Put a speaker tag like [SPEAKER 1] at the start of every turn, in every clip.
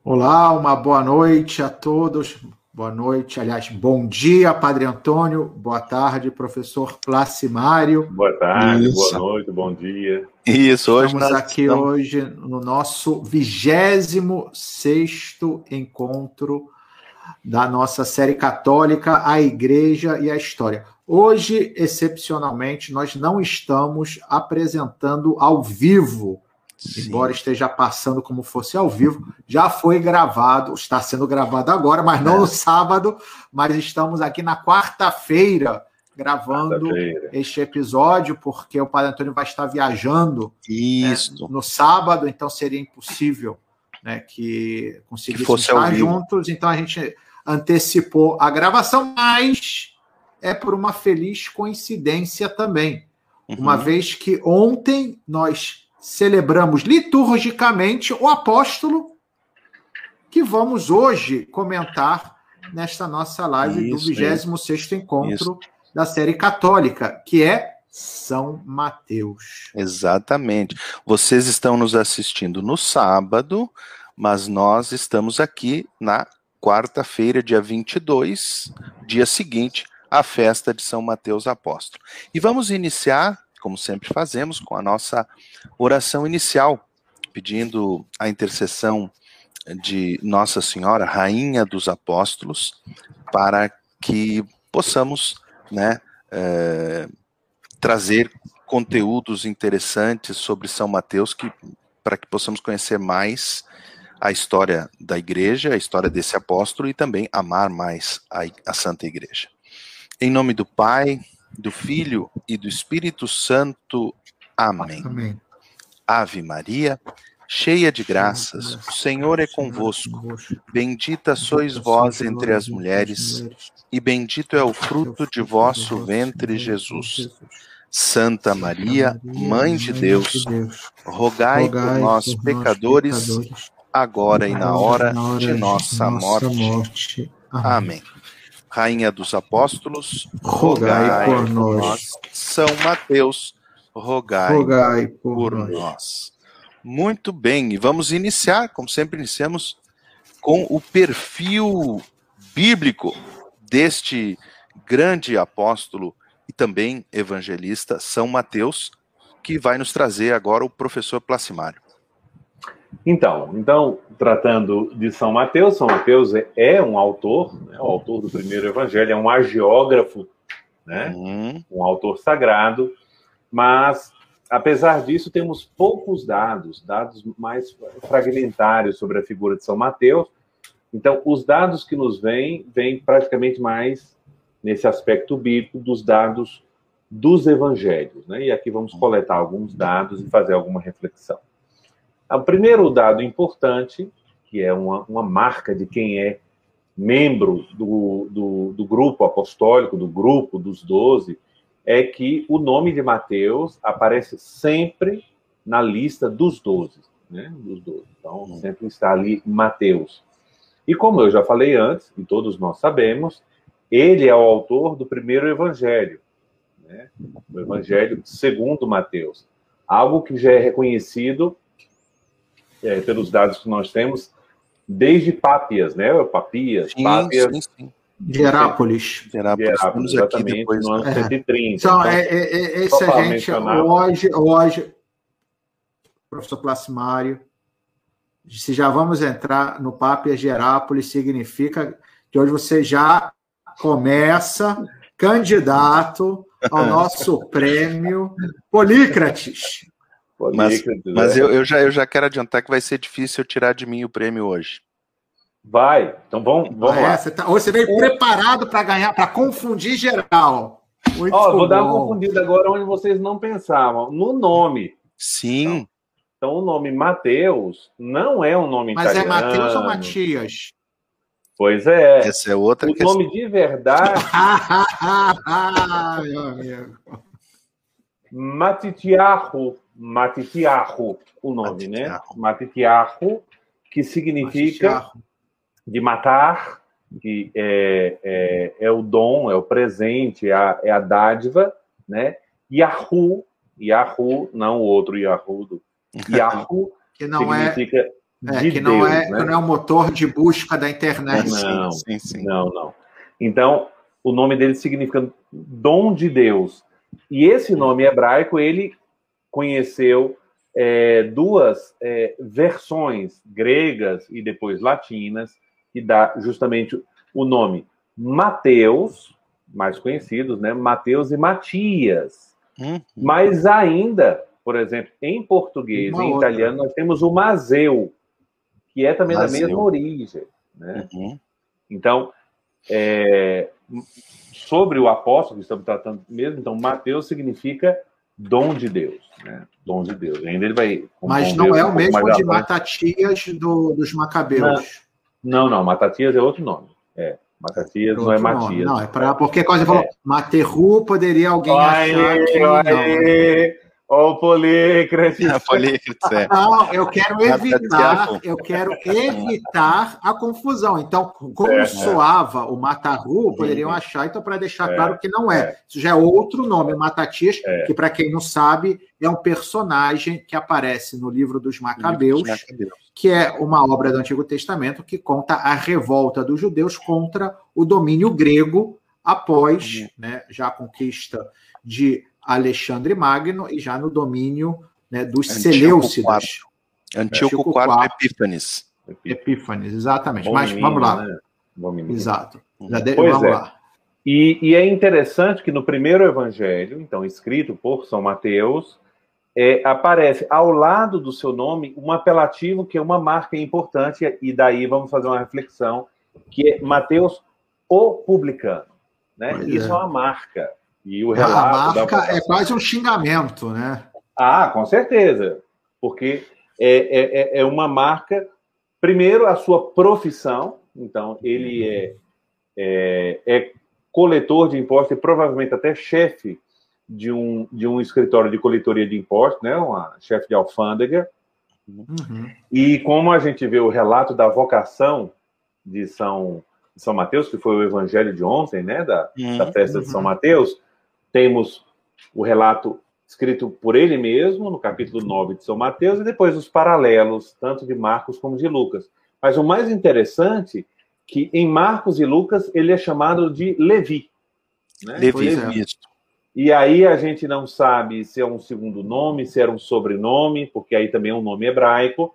[SPEAKER 1] Olá, uma boa noite a todos. Boa noite, aliás, bom dia, Padre Antônio. Boa tarde, professor Placimário.
[SPEAKER 2] Boa tarde,
[SPEAKER 3] Isso.
[SPEAKER 2] boa noite, bom dia.
[SPEAKER 3] Isso, hoje
[SPEAKER 1] Estamos
[SPEAKER 3] nós
[SPEAKER 1] aqui hoje no nosso 26º encontro da nossa série católica, a Igreja e a História. Hoje, excepcionalmente, nós não estamos apresentando ao vivo, embora esteja passando como fosse ao vivo, já foi gravado, está sendo gravado agora, mas não no sábado, mas estamos aqui na quarta-feira gravando este episódio, porque o Padre Antônio vai estar viajando no sábado, então seria impossível que conseguíssemos estar juntos, então a gente antecipou a gravação, mas é por uma feliz coincidência também, uma vez que ontem nós celebramos liturgicamente o apóstolo que vamos hoje comentar nesta nossa live do 26º encontro da série católica, que é São Mateus.
[SPEAKER 3] Exatamente. Vocês estão nos assistindo no sábado, mas nós estamos aqui na quarta-feira, dia 22, dia seguinte à festa de São Mateus Apóstolo. E vamos iniciar, como sempre fazemos, com a nossa oração inicial, pedindo a intercessão de Nossa Senhora, Rainha dos Apóstolos, para que possamos trazer conteúdos interessantes sobre São Mateus, para que possamos conhecer mais a história da Igreja, a história desse apóstolo e também amar mais a Santa Igreja. Em nome do Pai, do Filho e do Espírito Santo. Amém.
[SPEAKER 1] Amém.
[SPEAKER 3] Ave Maria, cheia de graças, o Senhor é convosco. Bendita sois vós entre as mulheres, e bendito é o fruto de vosso ventre, Jesus. Santa Maria, Mãe de Deus, rogai por nós, pecadores, agora e na hora de nossa morte. Amém. Rainha dos Apóstolos, rogai por nós. São Mateus, rogai por nós. Muito bem, e vamos iniciar, como sempre iniciamos, com o perfil bíblico deste grande apóstolo e também evangelista, São Mateus, que vai nos trazer agora o professor Placimário.
[SPEAKER 2] Então, tratando de São Mateus é um autor, o autor do primeiro evangelho, é um agiógrafo, um autor sagrado, mas, apesar disso, temos poucos dados mais fragmentários sobre a figura de São Mateus. Então, os dados que nos vêm praticamente mais nesse aspecto bíblico dos dados dos evangelhos, E aqui vamos coletar alguns dados e fazer alguma reflexão. O primeiro dado importante, que é uma marca de quem é membro do grupo apostólico, do grupo dos 12, é que o nome de Mateus aparece sempre na lista dos 12, Dos 12. Então, sempre está ali Mateus. E como eu já falei antes, e todos nós sabemos, ele é o autor do primeiro evangelho, o evangelho segundo Mateus. Algo que já é reconhecido pelos dados que nós temos desde Pápias, Papias, Pápias.
[SPEAKER 1] Sim. De Herápolis.
[SPEAKER 2] Exatamente, no ano 130.
[SPEAKER 1] Então, esse a gente, hoje, professor Placimário, se já vamos entrar no Pápias de Herápolis, significa que hoje você já começa candidato ao nosso prêmio Polícrates.
[SPEAKER 3] Mas eu já quero adiantar que vai ser difícil eu tirar de mim o prêmio hoje.
[SPEAKER 2] Vai, então vamos lá.
[SPEAKER 1] Você veio preparado para ganhar, para confundir geral.
[SPEAKER 2] Vou dar uma confundida agora onde vocês não pensavam. No nome.
[SPEAKER 3] Sim.
[SPEAKER 2] Então o nome Mateus não é um nome italiano.
[SPEAKER 1] Mas é Mateus ou Matias?
[SPEAKER 2] Pois é.
[SPEAKER 3] Essa é outra
[SPEAKER 2] questão. O nome de verdade...
[SPEAKER 1] Meu amigo.
[SPEAKER 2] Matitiarro, o nome, Matitiarro, que significa de matar, que é o dom, é o presente, é a dádiva, Yahu, não o outro Yahu, Yahu
[SPEAKER 1] que não
[SPEAKER 2] significa de Deus.
[SPEAKER 1] Né? Que não é o motor de busca da internet.
[SPEAKER 2] Não, não. Então, o nome dele significa dom de Deus. E esse nome hebraico, ele conheceu duas versões gregas e depois latinas, que dá justamente o nome Mateus, mais conhecidos, né? Mateus e Matias. Mas ainda, por exemplo, em português e em italiano, nós temos o Mazeu, que é também da mesma origem. Né? Então, sobre o apóstolo que estamos tratando mesmo, então, Mateus significa dom de Deus. Né? Dom de Deus. Ainda ele vai...
[SPEAKER 1] Mas não é o mesmo de Matatias dos Macabeus.
[SPEAKER 2] Não. Matatias é outro nome. Matatias não é Matias.
[SPEAKER 1] Não, porque quando você falou Materru, poderia alguém achar que não.
[SPEAKER 2] Ó, o Polícrates.
[SPEAKER 1] Não, eu quero evitar a confusão. Então, como soava o Matarru, poderiam achar, então, para deixar claro que não é. Isso já é outro nome, Matatias, que, para quem não sabe, é um personagem que aparece no livro dos Macabeus, que é uma obra do Antigo Testamento que conta a revolta dos judeus contra o domínio grego após já a conquista de Alexandre Magno e já no domínio dos Seleucidas.
[SPEAKER 3] Antíoco IV Epífanes.
[SPEAKER 1] Epífanes, exatamente. Mas vamos lá.
[SPEAKER 2] Né?
[SPEAKER 1] Exato.
[SPEAKER 2] Vamos lá. E é interessante que no primeiro evangelho, então, escrito por São Mateus, aparece ao lado do seu nome um apelativo que é uma marca importante, e daí vamos fazer uma reflexão, que é Mateus o Publicano. Né? Isso é uma marca. E o relato
[SPEAKER 1] a marca é quase um xingamento, né?
[SPEAKER 2] Com certeza. Porque é uma marca, primeiro, a sua profissão. Então, ele é coletor de impostos e provavelmente até chefe de um escritório de coletoria de impostos, né? Uma chefe de alfândega. E como a gente vê o relato da vocação de São Mateus, que foi o evangelho de ontem, né? Da festa de São Mateus, temos o relato escrito por ele mesmo, no capítulo 9 de São Mateus, e depois os paralelos, tanto de Marcos como de Lucas. Mas o mais interessante, que em Marcos e Lucas, ele é chamado de Levi. Né?
[SPEAKER 3] Levi.
[SPEAKER 2] E aí a gente não sabe se é um segundo nome, se era um sobrenome, porque aí também é um nome hebraico,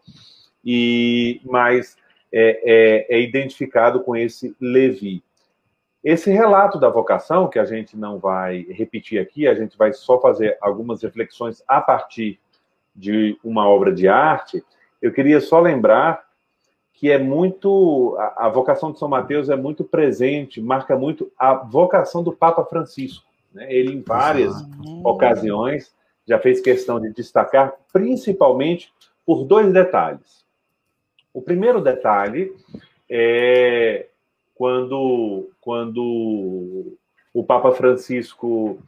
[SPEAKER 2] mas é identificado com esse Levi. Esse relato da vocação, que a gente não vai repetir aqui, a gente vai só fazer algumas reflexões a partir de uma obra de arte, eu queria só lembrar que a vocação de São Mateus é muito presente, marca muito a vocação do Papa Francisco. Né? Ele, em várias ocasiões, já fez questão de destacar, principalmente por dois detalhes. O primeiro detalhe é quando o Papa Francisco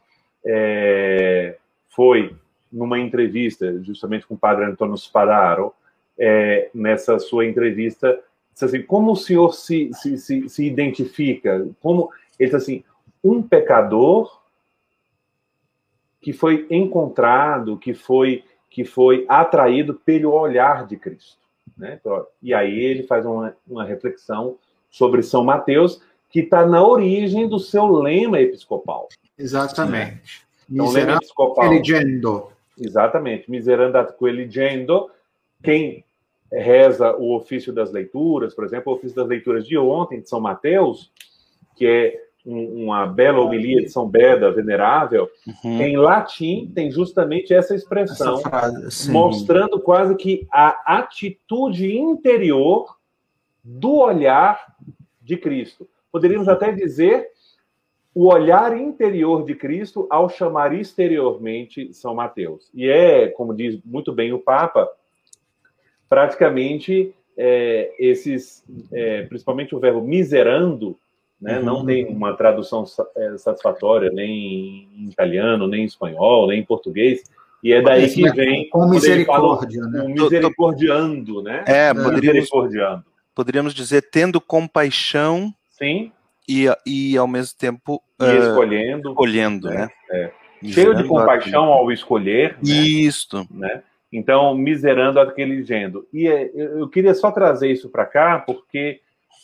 [SPEAKER 2] foi numa entrevista, justamente com o padre Antônio Spadaro, nessa sua entrevista, disse assim, como o senhor se identifica? Ele disse assim, um pecador que foi encontrado, que foi atraído pelo olhar de Cristo. Né? E aí ele faz uma reflexão sobre São Mateus, que está na origem do seu lema episcopal.
[SPEAKER 1] Exatamente.
[SPEAKER 2] Né? Então, o lema episcopal...
[SPEAKER 1] Eligendo.
[SPEAKER 2] Exatamente. Miserandat eligendo. Quem reza o ofício das leituras, por exemplo, o ofício das leituras de ontem, de São Mateus, que é uma bela homilia de São Beda, venerável, em latim tem justamente essa expressão,
[SPEAKER 1] essa frase,
[SPEAKER 2] mostrando quase que a atitude interior do olhar de Cristo. Poderíamos até dizer o olhar interior de Cristo ao chamar exteriormente São Mateus. E como diz muito bem o Papa, praticamente principalmente o verbo miserando, né, não tem uma tradução satisfatória nem em italiano, nem em espanhol, nem em português, e é daí que vem
[SPEAKER 1] com misericórdia, né?
[SPEAKER 2] Misericordiando, né? Misericordiando.
[SPEAKER 3] Poderíamos dizer tendo compaixão.
[SPEAKER 2] Sim.
[SPEAKER 3] E ao mesmo tempo
[SPEAKER 2] escolhendo,
[SPEAKER 3] né?
[SPEAKER 2] Cheio de compaixão ao escolher.
[SPEAKER 3] Isto.
[SPEAKER 2] Né? Então, miserando aquele gênero. E eu queria só trazer isso para cá, porque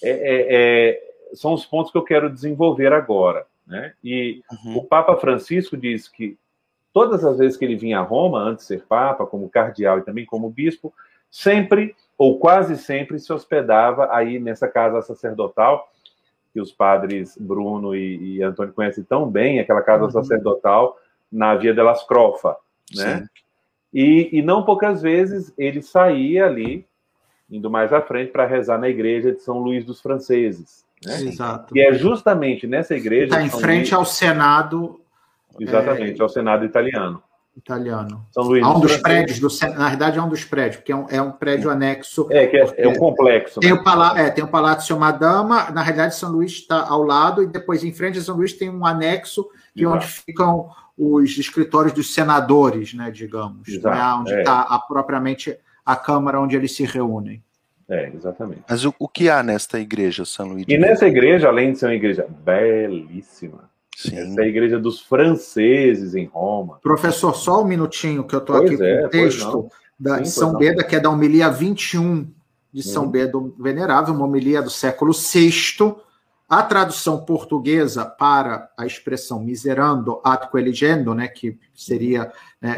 [SPEAKER 2] são os pontos que eu quero desenvolver agora, né? E o Papa Francisco diz que todas as vezes que ele vinha a Roma, antes de ser Papa, como cardeal e também como bispo, sempre, ou quase sempre, se hospedava aí nessa casa sacerdotal, que os padres Bruno e Antônio conhecem tão bem, aquela casa sacerdotal na Via della Scrofa, né? Sim. E não poucas vezes ele saía ali, indo mais à frente, para rezar na igreja de São Luís dos Franceses. Né?
[SPEAKER 1] Exato.
[SPEAKER 2] E é justamente nessa igreja...
[SPEAKER 1] Está em frente ao Senado...
[SPEAKER 2] Exatamente, ao Senado italiano.
[SPEAKER 1] São Luís
[SPEAKER 2] um
[SPEAKER 1] dos prédios, na verdade é um dos prédios, porque é um prédio anexo.
[SPEAKER 2] É um complexo.
[SPEAKER 1] Tem, né? Tem o Palácio Madama, na realidade São Luís está ao lado, e depois em frente a São Luís tem um anexo, onde ficam os escritórios dos senadores, né, digamos, né, onde está propriamente a Câmara onde eles se reúnem.
[SPEAKER 2] Exatamente.
[SPEAKER 3] Mas o que há nesta igreja, São Luís?
[SPEAKER 2] E nessa igreja, além de ser uma igreja belíssima, essa é a igreja dos franceses em Roma.
[SPEAKER 1] Professor, só um minutinho que eu estou aqui com o texto de São Beda, que é da homilia 21 de São Beda Venerável, uma homilia do século VI. A tradução portuguesa para a expressão miserando atque eligendo, né, que seria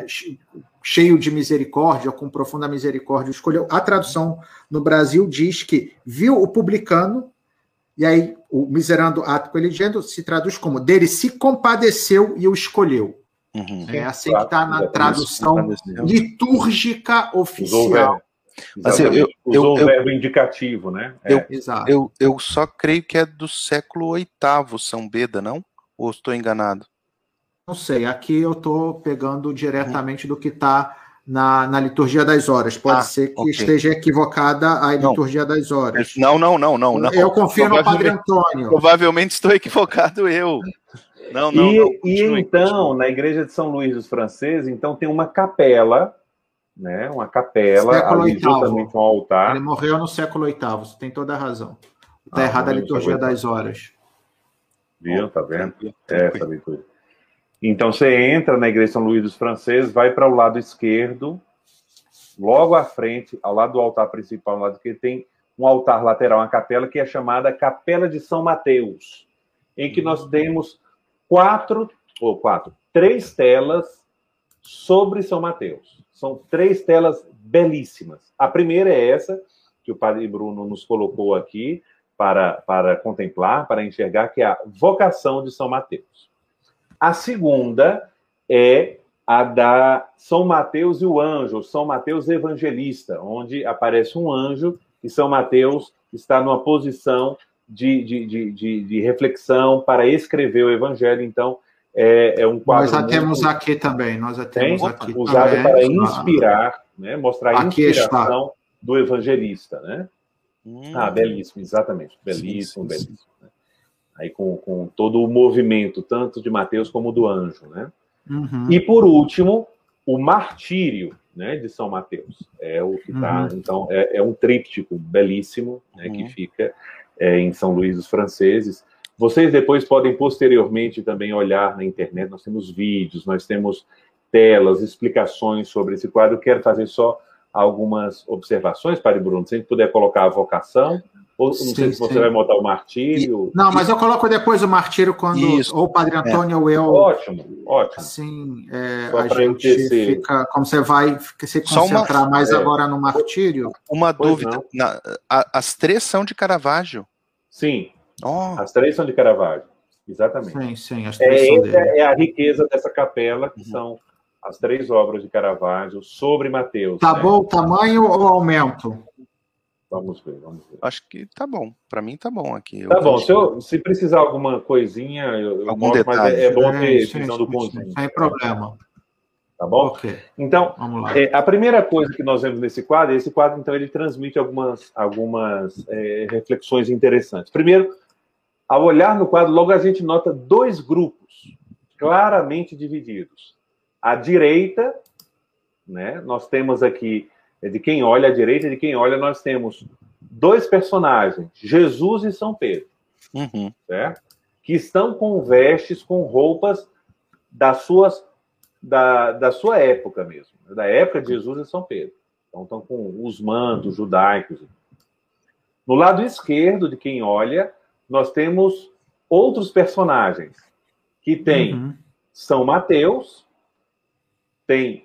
[SPEAKER 1] cheio de misericórdia, com profunda misericórdia, escolheu. A tradução no Brasil diz que viu o publicano, e aí o miserando atque eligendo se traduz como dele se compadeceu e o escolheu. É assim que está na tradução litúrgica oficial.
[SPEAKER 2] Mas usou o verbo indicativo, né?
[SPEAKER 3] Eu só creio que é do século VIII, São Beda, não? Ou estou enganado?
[SPEAKER 1] Não sei, aqui eu estou pegando diretamente do que está na Liturgia das Horas. Pode ser que esteja equivocada a Liturgia das Horas.
[SPEAKER 3] Não.
[SPEAKER 1] Eu confio no Padre Antônio.
[SPEAKER 3] Provavelmente estou equivocado eu. Não.
[SPEAKER 2] Então, na igreja de São Luís dos Franceses, então tem uma capela, né? Uma capela, ali justamente um altar.
[SPEAKER 1] Ele morreu no século VIII, você tem toda a razão. Está errada a Liturgia das Horas.
[SPEAKER 2] Viu? Tá vendo? Essa liturgia. Então você entra na igreja de São Luís dos Franceses, vai para o lado esquerdo, logo à frente, ao lado do altar principal, ao lado que tem um altar lateral, uma capela que é chamada Capela de São Mateus, em que nós temos três telas sobre São Mateus. São 3 telas belíssimas. A primeira é essa, que o Padre Bruno nos colocou aqui para contemplar, para enxergar, que é a vocação de São Mateus. A segunda é a da São Mateus e o anjo, São Mateus Evangelista, onde aparece um anjo e São Mateus está numa posição de reflexão para escrever o Evangelho. Então, é um quadro...
[SPEAKER 1] Nós já temos aqui também.
[SPEAKER 2] Usado também, para inspirar, né, mostrar a inspiração do evangelista, né? Belíssimo, exatamente. Belíssimo. Né? Aí com todo o movimento, tanto de Mateus como do anjo, né? E, por último, o martírio, né, de São Mateus. É o que está... Então, é um tríptico belíssimo, né, que fica em São Luís dos Franceses. Vocês depois podem, posteriormente, também olhar na internet. Nós temos vídeos, nós temos telas, explicações sobre esse quadro. Eu quero fazer só algumas observações, Padre Bruno. Se a gente puder colocar a vocação, ou não sei se você vai botar o martírio.
[SPEAKER 1] Não, mas eu coloco depois o martírio quando ou o Padre Antônio ou eu.
[SPEAKER 2] Ótimo.
[SPEAKER 1] Assim, a gente fica. Como você vai se concentrar mais agora no martírio.
[SPEAKER 3] Uma dúvida. As 3 são de Caravaggio?
[SPEAKER 2] Sim. As 3 são de Caravaggio, exatamente.
[SPEAKER 1] Sim, as 3 são dele.
[SPEAKER 2] É a riqueza dessa capela, que são as 3 obras de Caravaggio sobre Mateus.
[SPEAKER 1] Tá bom o tamanho ou aumento?
[SPEAKER 2] Vamos ver.
[SPEAKER 3] Acho que tá bom. Para mim tá bom aqui.
[SPEAKER 2] Tá bom. Se precisar alguma coisinha, eu
[SPEAKER 3] algum mostro, detalhe.
[SPEAKER 2] Mas é bom ter visão do conjunto.
[SPEAKER 1] Sem problema.
[SPEAKER 2] Tá bom?
[SPEAKER 1] Okay.
[SPEAKER 2] Então, vamos lá. A primeira coisa que nós vemos nesse quadro, então, ele transmite algumas reflexões interessantes. Primeiro, ao olhar no quadro, logo a gente nota 2 grupos claramente divididos. À direita, né, nós temos aqui, de quem olha à direita e de quem olha, nós temos 2 personagens, Jesus e São Pedro, certo? Que estão com vestes, com roupas das suas da sua época mesmo, da época de Jesus e São Pedro. Então estão com os mantos judaicos. No lado esquerdo de quem olha, nós temos outros personagens, que tem São Mateus, tem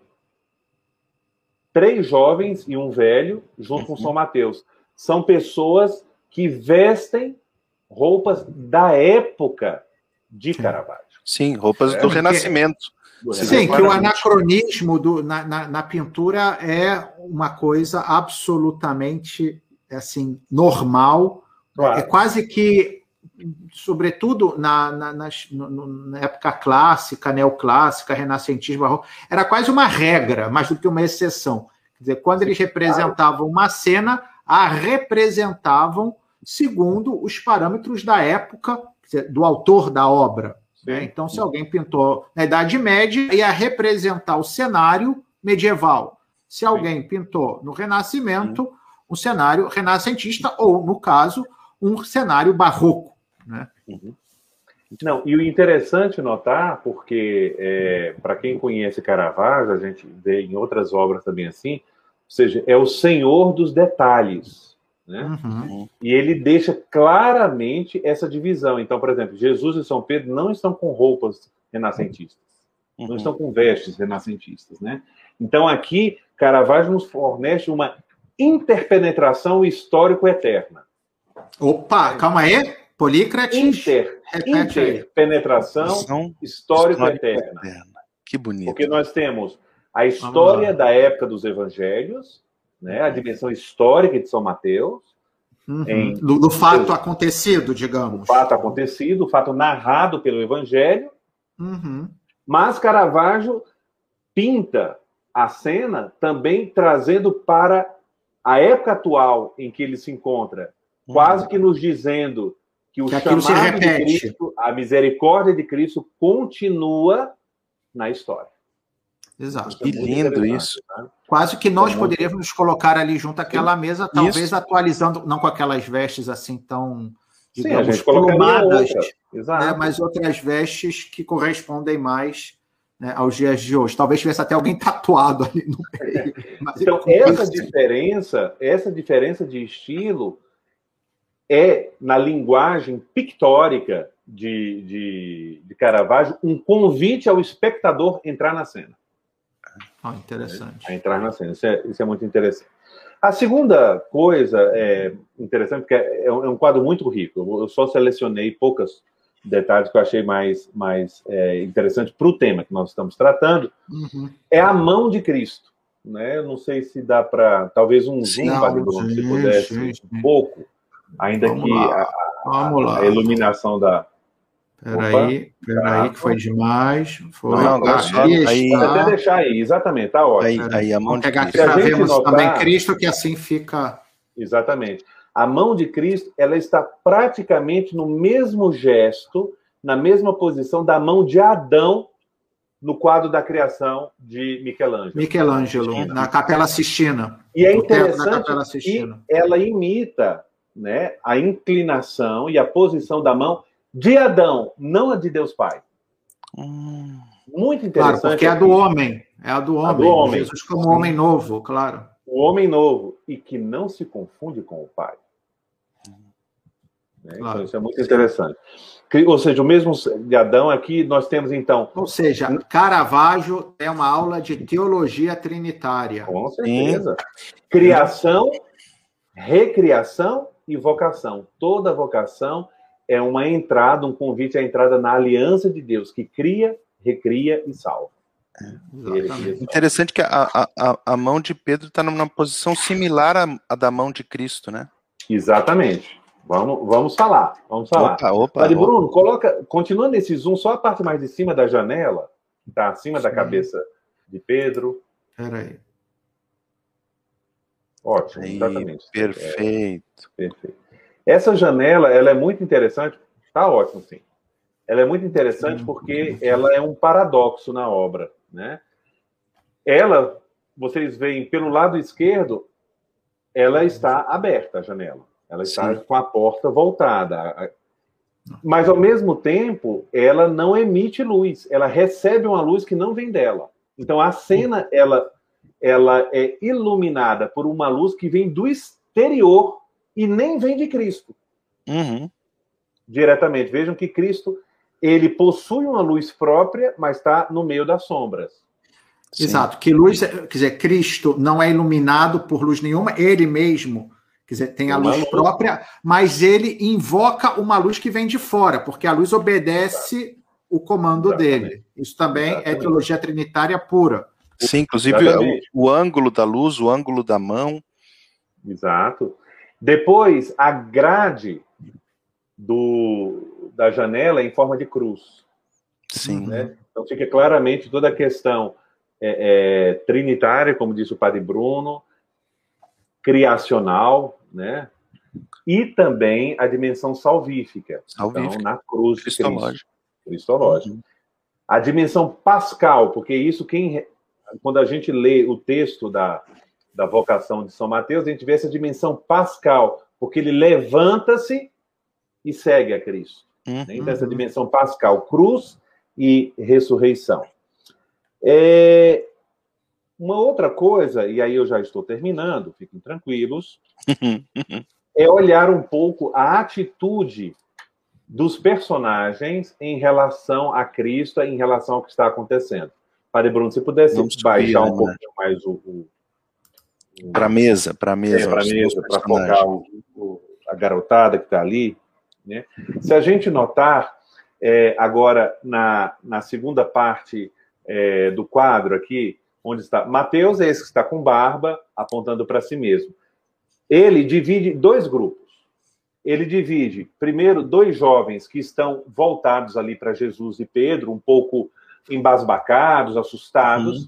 [SPEAKER 2] 3 jovens e um velho, junto com São Mateus. São pessoas que vestem roupas da época de Caravaggio.
[SPEAKER 3] Sim, roupas do Renascimento.
[SPEAKER 1] Sim, que o anacronismo na pintura é uma coisa absolutamente assim, normal. Claro. É quase que, sobretudo na época clássica, neoclássica, renascentismo, barroco, era quase uma regra, mais do que uma exceção. Quer dizer, quando eles representavam uma cena, a representavam segundo os parâmetros da época, do autor da obra. Né? Então, se alguém pintou na Idade Média, ia representar o cenário medieval. Se alguém pintou no Renascimento, um cenário renascentista, ou, no caso, um cenário barroco. Né?
[SPEAKER 2] Não, e o interessante notar, porque para quem conhece Caravaggio, a gente vê em outras obras também assim, ou seja, é o senhor dos detalhes. Né? E ele deixa claramente essa divisão. Então, por exemplo, Jesus e São Pedro não estão com roupas renascentistas, não estão com vestes renascentistas. Né? Então, aqui, Caravaggio nos fornece uma interpenetração histórico-eterna.
[SPEAKER 1] Opa, calma aí. Polícrates.
[SPEAKER 2] Interpenetração histórico-eterna.
[SPEAKER 3] Que bonito.
[SPEAKER 2] Porque nós temos a história da época dos evangelhos, né, a dimensão histórica de São Mateus.
[SPEAKER 1] Do fato acontecido, digamos.
[SPEAKER 2] O fato acontecido, o fato narrado pelo evangelho. Mas Caravaggio pinta a cena também trazendo para a época atual em que ele se encontra, quase que nos dizendo que o chamado de Cristo, a misericórdia de Cristo, continua na história.
[SPEAKER 1] Exato.
[SPEAKER 3] Que lindo isso.
[SPEAKER 1] Tá? Quase que nós poderíamos nos colocar ali junto àquela mesa, talvez atualizando, não com aquelas vestes assim tão, digamos, plumadas, né, mas outras vestes que correspondem mais, né, aos dias de hoje. Talvez tivesse até alguém tatuado ali no meio.
[SPEAKER 2] Então, essa diferença de estilo é, na linguagem pictórica de Caravaggio, um convite ao espectador entrar na cena.
[SPEAKER 1] Interessante.
[SPEAKER 2] A entrar na cena. Isso é muito interessante. A segunda coisa interessante, porque é um quadro muito rico. Eu só selecionei poucos detalhes que eu achei mais interessante para o tema que nós estamos tratando. É a mão de Cristo. Né? Eu não sei se dá para... Talvez um zoom, Padre Bruno, se pudesse um pouco. Ainda que a iluminação da...
[SPEAKER 1] Peraí, que foi demais. Foi.
[SPEAKER 2] Até deixar aí, exatamente, tá ótimo.
[SPEAKER 3] Aí a mão de Cristo.
[SPEAKER 1] Já vemos também Cristo, que assim fica...
[SPEAKER 2] Exatamente. A mão de Cristo, ela está praticamente no mesmo gesto, na mesma posição da mão de Adão no quadro da criação de Michelangelo,
[SPEAKER 1] na Capela Sistina.
[SPEAKER 2] E é interessante que ela imita, né, a inclinação e a posição da mão de Adão, não a de Deus Pai. Muito interessante.
[SPEAKER 1] Claro, porque é a do homem. É a do homem. Jesus como homem novo, claro.
[SPEAKER 2] O homem novo, e que não se confunde com o Pai. Né? Claro. Então, isso é muito interessante. Ou seja, o mesmo de Adão aqui, nós temos, então...
[SPEAKER 1] Ou seja, Caravaggio é uma aula de teologia trinitária.
[SPEAKER 2] Com certeza. Criação, recriação e vocação. Toda vocação é uma entrada, um convite à entrada na aliança de Deus, que cria, recria e salva.
[SPEAKER 3] Interessante que a mão de Pedro está numa posição similar à da mão de Cristo, né?
[SPEAKER 2] Exatamente. Vamos falar. Padre Bruno, continua nesse zoom, só a parte mais de cima da janela, que está acima da cabeça de Pedro.
[SPEAKER 1] Peraí.
[SPEAKER 2] Ótimo, exatamente.
[SPEAKER 3] Perfeito.
[SPEAKER 2] Perfeito. Essa janela, ela é muito interessante. Tá ótimo, sim. Ela é muito interessante porque ela é um paradoxo na obra, né? Ela, vocês veem pelo lado esquerdo, ela está aberta, a janela. Ela está com a porta voltada. Mas, ao mesmo tempo, ela não emite luz. Ela recebe uma luz que não vem dela. Então a cena ela é iluminada por uma luz que vem do exterior e nem vem de Cristo. Diretamente. Vejam que Cristo, ele possui uma luz própria, mas está no meio das sombras.
[SPEAKER 1] Sim. Exato. Que luz, quer dizer, Cristo não é iluminado por luz nenhuma, ele mesmo, quer dizer, tem a luz própria, mas ele invoca uma luz que vem de fora, porque a luz obedece o comando dele. Isso também é teologia trinitária pura.
[SPEAKER 3] Sim, inclusive o ângulo da luz, o ângulo da mão.
[SPEAKER 2] Exato. Depois, a grade da janela é em forma de cruz.
[SPEAKER 3] Sim.
[SPEAKER 2] Né? Então fica claramente toda a questão trinitária, como disse o Padre Bruno, criacional, né? E também a dimensão salvífica. Então, na cruz de Cristo. Cristológica. A dimensão pascal, porque isso quando a gente lê o texto da vocação de São Mateus, a gente vê essa dimensão pascal, porque ele levanta-se e segue a Cristo. Então, essa dimensão pascal, cruz e ressurreição. Uma outra coisa, e aí eu já estou terminando, fiquem tranquilos, é olhar um pouco a atitude dos personagens em relação a Cristo, em relação ao que está acontecendo. Padre Bruno, se pudesse baixar um pouquinho mais
[SPEAKER 3] para a mesa, para
[SPEAKER 2] focar a garotada que está ali, né? Se a gente notar, agora na segunda parte do quadro aqui, onde está Mateus, é esse que está com barba, apontando para si mesmo. Ele divide dois grupos. Ele divide, primeiro, dois jovens que estão voltados ali para Jesus e Pedro, um pouco embasbacados, assustados.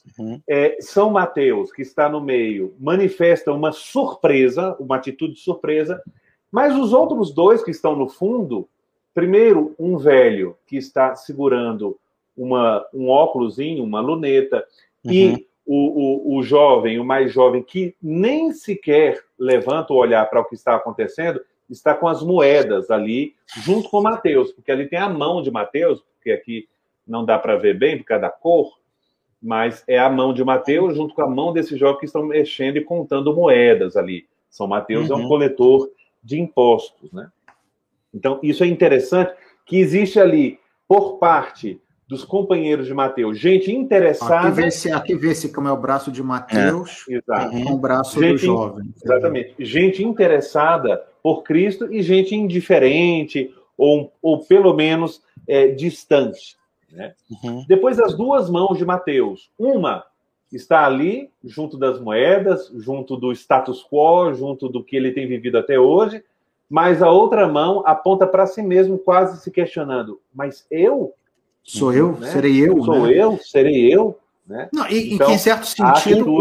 [SPEAKER 2] São Mateus, que está no meio, manifesta uma surpresa, uma atitude de surpresa, mas os outros dois que estão no fundo, primeiro, um velho que está segurando um óculosinho, uma luneta, e o jovem, o mais jovem, que nem sequer levanta o olhar para o que está acontecendo, está com as moedas ali, junto com Mateus, porque ali tem a mão de Mateus, porque aqui não dá para ver bem por causa da cor, mas é a mão de Mateus junto com a mão desse jovem que estão mexendo e contando moedas ali. São Mateus é um coletor de impostos, né? Então, isso é interessante, que existe ali, por parte dos companheiros de Mateus, gente interessada...
[SPEAKER 1] Aqui vê-se como é o braço de Mateus com o braço do jovem.
[SPEAKER 2] Exatamente. Gente interessada por Cristo e gente indiferente, ou pelo menos distante. Né? Depois, as duas mãos de Mateus. Uma está ali, junto das moedas, junto do status quo, junto do que ele tem vivido até hoje, mas a outra mão aponta para si mesmo, quase se questionando, mas eu?
[SPEAKER 1] Sou eu? Né? Serei eu?
[SPEAKER 2] Sou eu? Serei eu? Né?
[SPEAKER 1] Não, então, que, em certo sentido,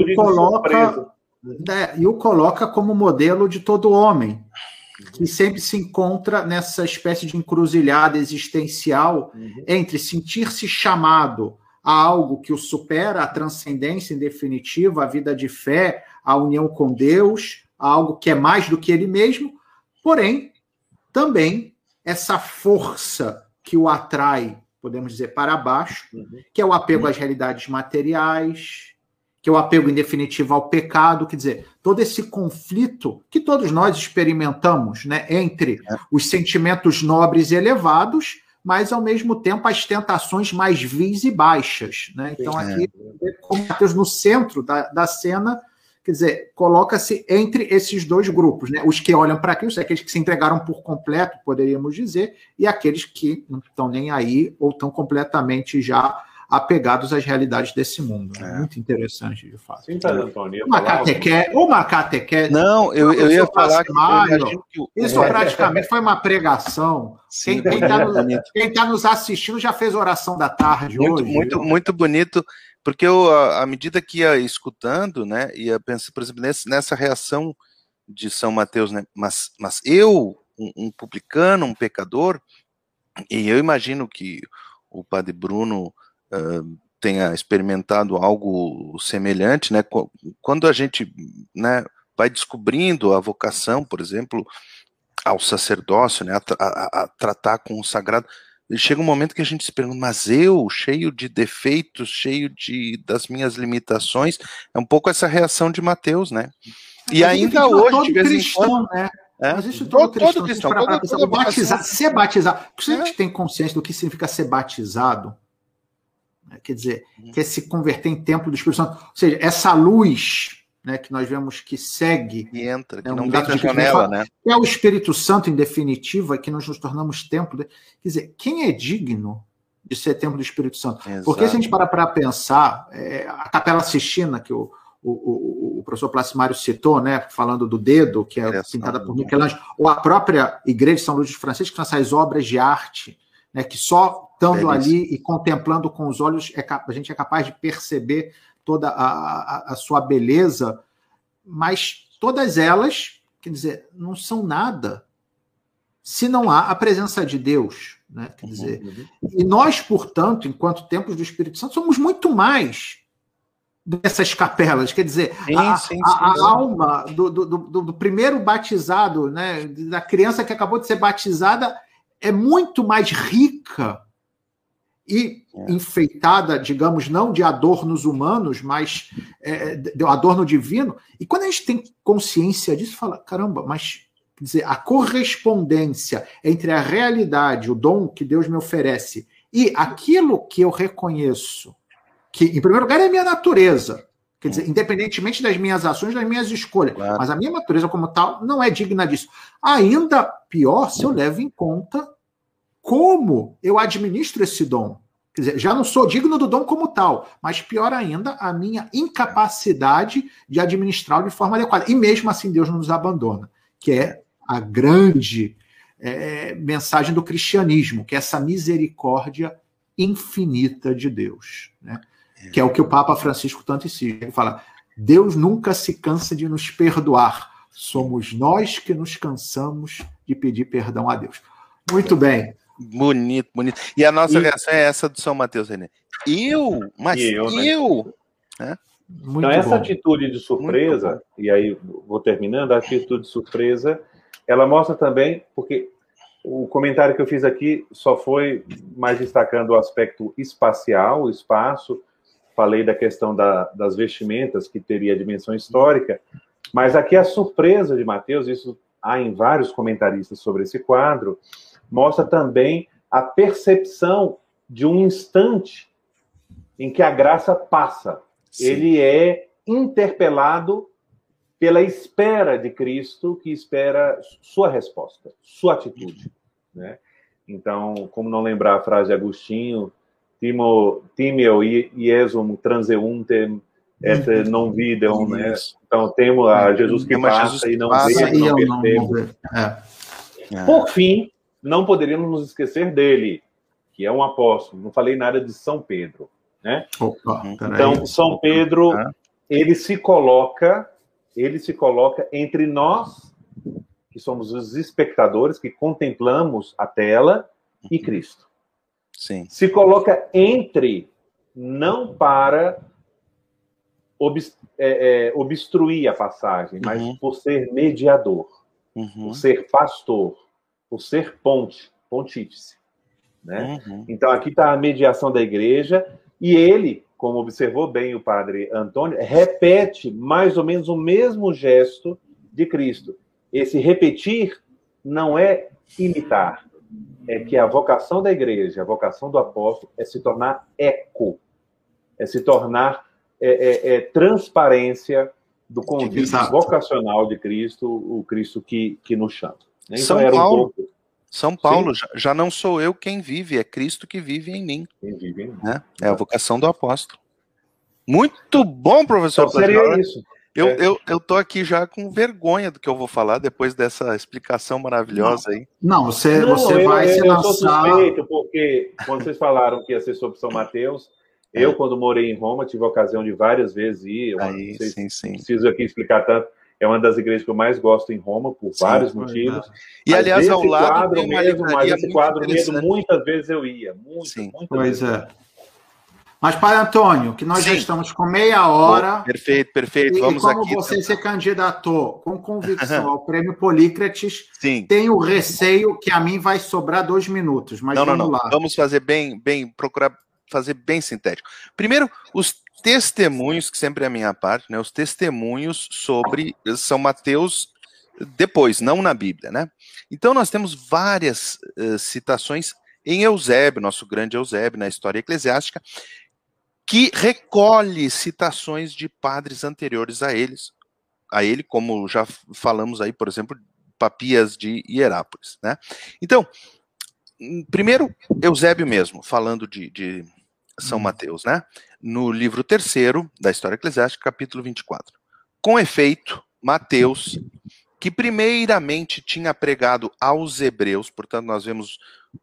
[SPEAKER 1] o coloca como modelo de todo homem, que sempre se encontra nessa espécie de encruzilhada existencial entre sentir-se chamado a algo que o supera, a transcendência em definitiva, a vida de fé, a união com Deus, a algo que é mais do que ele mesmo, porém, também essa força que o atrai, podemos dizer, para baixo, que é o apego às realidades materiais, que é o apego, em definitiva, ao pecado, quer dizer, todo esse conflito que todos nós experimentamos, né, entre os sentimentos nobres e elevados, mas, ao mesmo tempo, as tentações mais vis e baixas. Né? Então, aqui, como Mateus no centro da cena, quer dizer, coloca-se entre esses dois grupos, né? Os que olham para Cristo, aqueles que se entregaram por completo, poderíamos dizer, e aqueles que não estão nem aí ou estão completamente já apegados às realidades desse mundo. Né? Muito interessante, de fato.
[SPEAKER 2] Sim, tá, Antônio.
[SPEAKER 1] Uma catequese.
[SPEAKER 3] Não, eu ia falar que
[SPEAKER 1] isso praticamente foi uma pregação. Sim, quem está nos assistindo já fez oração da tarde hoje.
[SPEAKER 3] Muito bonito, porque eu, à medida que ia escutando, né, ia pensando, por exemplo, nessa reação de São Mateus, né, mas eu, um publicano, um pecador, e eu imagino que o Padre Bruno tenha experimentado algo semelhante, né? Quando a gente, né, vai descobrindo a vocação, por exemplo, ao sacerdócio, né, a tratar com o sagrado, chega um momento que a gente se pergunta, mas eu, cheio de defeitos, cheio das minhas limitações, é um pouco essa reação de Mateus, né? E ainda hoje, de vez em quando...
[SPEAKER 1] Né? Mas isso todo cristão. Ser batizado. Porque a gente tem consciência do que significa ser batizado, né? Quer dizer, que é se converter em templo do Espírito Santo. Ou seja, essa luz, né, que nós vemos que segue...
[SPEAKER 3] E entra, que
[SPEAKER 1] né,
[SPEAKER 3] não vem da janela, né?
[SPEAKER 1] Que é o Espírito Santo, em definitiva, que nós nos tornamos templo. Quer dizer, quem é digno de ser templo do Espírito Santo? Exato. Porque se a gente parar para pensar, a Capela Sistina, que o professor Placimário citou, né, falando do dedo, que é pintada por Michelangelo, ou a própria Igreja de São Luís de Francisco, que são essas obras de arte, né, que só estando ali e contemplando com os olhos, a gente é capaz de perceber toda a sua beleza, mas todas elas, quer dizer, não são nada se não há a presença de Deus, né? Quer dizer, e nós, portanto, enquanto templos do Espírito Santo, somos muito mais dessas capelas, quer dizer, a alma do primeiro batizado, né, da criança que acabou de ser batizada, é muito mais rica e enfeitada, digamos, não de adornos humanos, mas de adorno divino. E quando a gente tem consciência disso, fala, caramba, mas quer dizer, a correspondência entre a realidade, o dom que Deus me oferece, e aquilo que eu reconheço, que, em primeiro lugar, é a minha natureza. Quer dizer, independentemente das minhas ações, das minhas escolhas. Claro. Mas a minha natureza como tal não é digna disso. Ainda pior se eu levo em conta como eu administro esse dom. Quer dizer, já não sou digno do dom como tal, mas pior ainda, a minha incapacidade de administrá-lo de forma adequada. E mesmo assim Deus não nos abandona, que é a grande mensagem do cristianismo, que é essa misericórdia infinita de Deus, né? Que é o que o Papa Francisco tanto insiste. Ele fala, Deus nunca se cansa de nos perdoar, somos nós que nos cansamos de pedir perdão a Deus. Muito bem.
[SPEAKER 3] Bonito, bonito. E a nossa reação é essa do São Mateus, René. Mas eu?
[SPEAKER 2] Né? Então, essa atitude de surpresa, e aí vou terminando, a atitude de surpresa, ela mostra também, porque o comentário que eu fiz aqui só foi mais destacando o aspecto espacial, o espaço, falei da questão das vestimentas, que teria dimensão histórica, mas aqui a surpresa de Mateus, isso há em vários comentaristas sobre esse quadro, mostra também a percepção de um instante em que a graça passa. Sim. Ele é interpelado pela espera de Cristo, que espera sua resposta, sua atitude, né? Então, como não lembrar a frase de Agostinho, timeo iesum transeuntem et non videum, né? Então, temos a Jesus que passa e não vê, não percebe. Por fim, não poderíamos nos esquecer dele, que é um apóstolo. Não falei nada de São Pedro, né? Então, São Pedro, ele se coloca entre nós, que somos os espectadores, que contemplamos a tela, e Cristo.
[SPEAKER 3] Sim.
[SPEAKER 2] Se coloca entre, não para obstruir a passagem, mas por ser mediador, por ser pastor, por ser pontífice, né? Então, aqui está a mediação da igreja, e ele, como observou bem o padre Antônio, repete mais ou menos o mesmo gesto de Cristo. Esse repetir não é imitar, é que a vocação da igreja, a vocação do apóstolo, é se tornar eco, é se tornar transparência do convite vocacional de Cristo, o Cristo que nos chama. Então,
[SPEAKER 3] São Paulo, já não sou eu quem vive, é Cristo que vive em mim.
[SPEAKER 2] Quem vive em mim.
[SPEAKER 3] Né? É a vocação do apóstolo. Muito bom, professor.
[SPEAKER 2] Então, seria isso.
[SPEAKER 3] Eu tô aqui já com vergonha do que eu vou falar depois dessa explicação maravilhosa aí.
[SPEAKER 1] Não, você vai se lançar...
[SPEAKER 2] Eu sou suspeito, porque quando vocês falaram que ia ser sobre São Mateus, eu, quando morei em Roma, tive a ocasião de várias vezes ir. Sim. Preciso aqui explicar tanto. É uma das igrejas que eu mais gosto em Roma, por vários motivos.
[SPEAKER 3] E, aliás, ao lado tem uma
[SPEAKER 2] livraria esse quadro mesmo, muitas vezes eu ia. Muito.
[SPEAKER 1] Pois é. Mas, Padre Antônio, que nós já estamos com meia hora.
[SPEAKER 3] Perfeito. Vamos
[SPEAKER 1] como
[SPEAKER 3] aqui.
[SPEAKER 1] Você se candidatou com convicção ao Prêmio Polícrates,
[SPEAKER 3] sim.
[SPEAKER 1] Tenho receio que a mim vai sobrar 2 minutos. Mas vamos lá.
[SPEAKER 3] Vamos fazer procurar fazer bem sintético. Primeiro, os testemunhos, que sempre é a minha parte, né? Os testemunhos sobre São Mateus depois, não na Bíblia, né? Então nós temos várias citações em Eusébio, nosso grande Eusébio, na história eclesiástica, que recolhe citações de padres anteriores a ele, como já falamos aí, por exemplo, Papias de Hierápolis, né? Então, primeiro, Eusébio mesmo, falando de São Mateus, né? No livro 3º da História Eclesiástica, capítulo 24. Com efeito, Mateus, que primeiramente tinha pregado aos hebreus, portanto nós vemos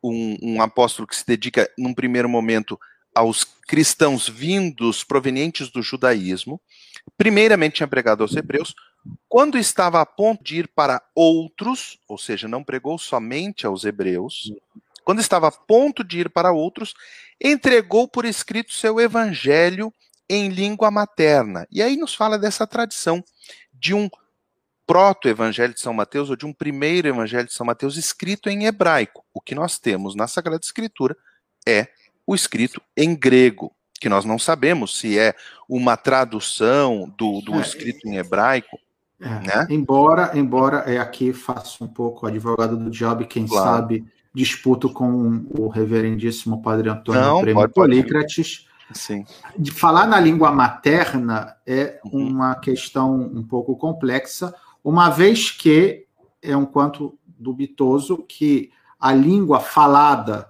[SPEAKER 3] um apóstolo que se dedica, num primeiro momento, aos cristãos vindos, provenientes do judaísmo, primeiramente tinha pregado aos hebreus, quando estava a ponto de ir para outros, ou seja, não pregou somente aos hebreus, quando estava a ponto de ir para outros, entregou por escrito seu evangelho em língua materna. E aí nos fala dessa tradição de um proto-evangelho de São Mateus, ou de um primeiro evangelho de São Mateus escrito em hebraico. O que nós temos na Sagrada Escritura é o escrito em grego, que nós não sabemos se é uma tradução do escrito em hebraico. Né?
[SPEAKER 1] Embora aqui faça um pouco advogado do diabo, quem sabe disputo com o reverendíssimo Padre Antônio no Prêmio Polícrates.
[SPEAKER 3] Sim.
[SPEAKER 1] De falar na língua materna é uma questão um pouco complexa, uma vez que é um quanto dubitoso que a língua falada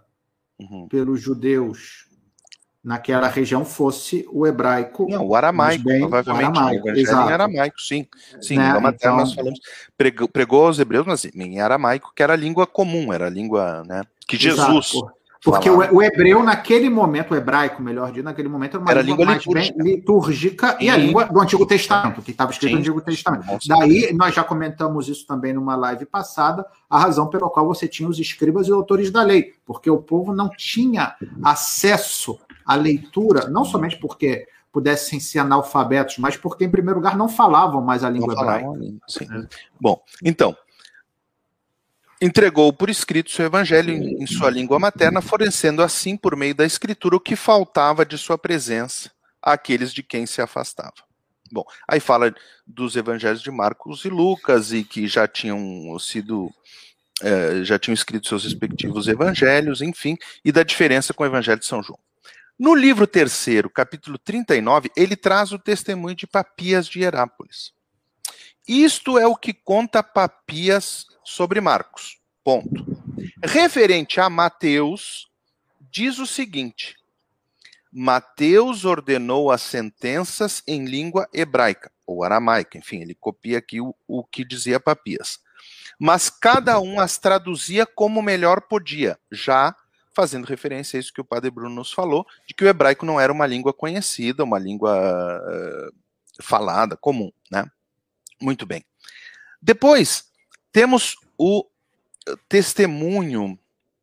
[SPEAKER 1] pelos judeus naquela região fosse o hebraico.
[SPEAKER 3] Não, o aramaico, provavelmente. O evangelho em aramaico, sim. Sim, né? Língua materna nós falamos. Pregou aos hebreus, mas em aramaico, que era a língua comum, era a língua, né, que Jesus...
[SPEAKER 1] Porque o hebreu, naquele momento, o hebraico, melhor dito, naquele momento, era uma língua mais bem litúrgica e a língua do Antigo Testamento, que estava escrito no Antigo Testamento. Daí, nós já comentamos isso também numa live passada, a razão pela qual você tinha os escribas e autores da lei, porque o povo não tinha acesso à leitura, não somente porque pudessem ser analfabetos, mas porque, em primeiro lugar, não falavam mais a língua hebraica.
[SPEAKER 3] Bom, então, entregou por escrito seu evangelho em sua língua materna, fornecendo assim, por meio da escritura, o que faltava de sua presença àqueles de quem se afastava. Bom, aí fala dos evangelhos de Marcos e Lucas, e que já tinham escrito seus respectivos evangelhos, enfim, e da diferença com o evangelho de São João. No livro 3º, capítulo 39, ele traz o testemunho de Papias de Hierápolis. Isto é o que conta Papias sobre Marcos. Ponto. Referente a Mateus, diz o seguinte: Mateus ordenou as sentenças em língua hebraica, ou aramaica, enfim, ele copia aqui o que dizia Papias. Mas cada um as traduzia como melhor podia, já fazendo referência a isso que o Padre Bruno nos falou, de que o hebraico não era uma língua conhecida, uma língua falada, comum, né? Muito bem. Depois, temos o testemunho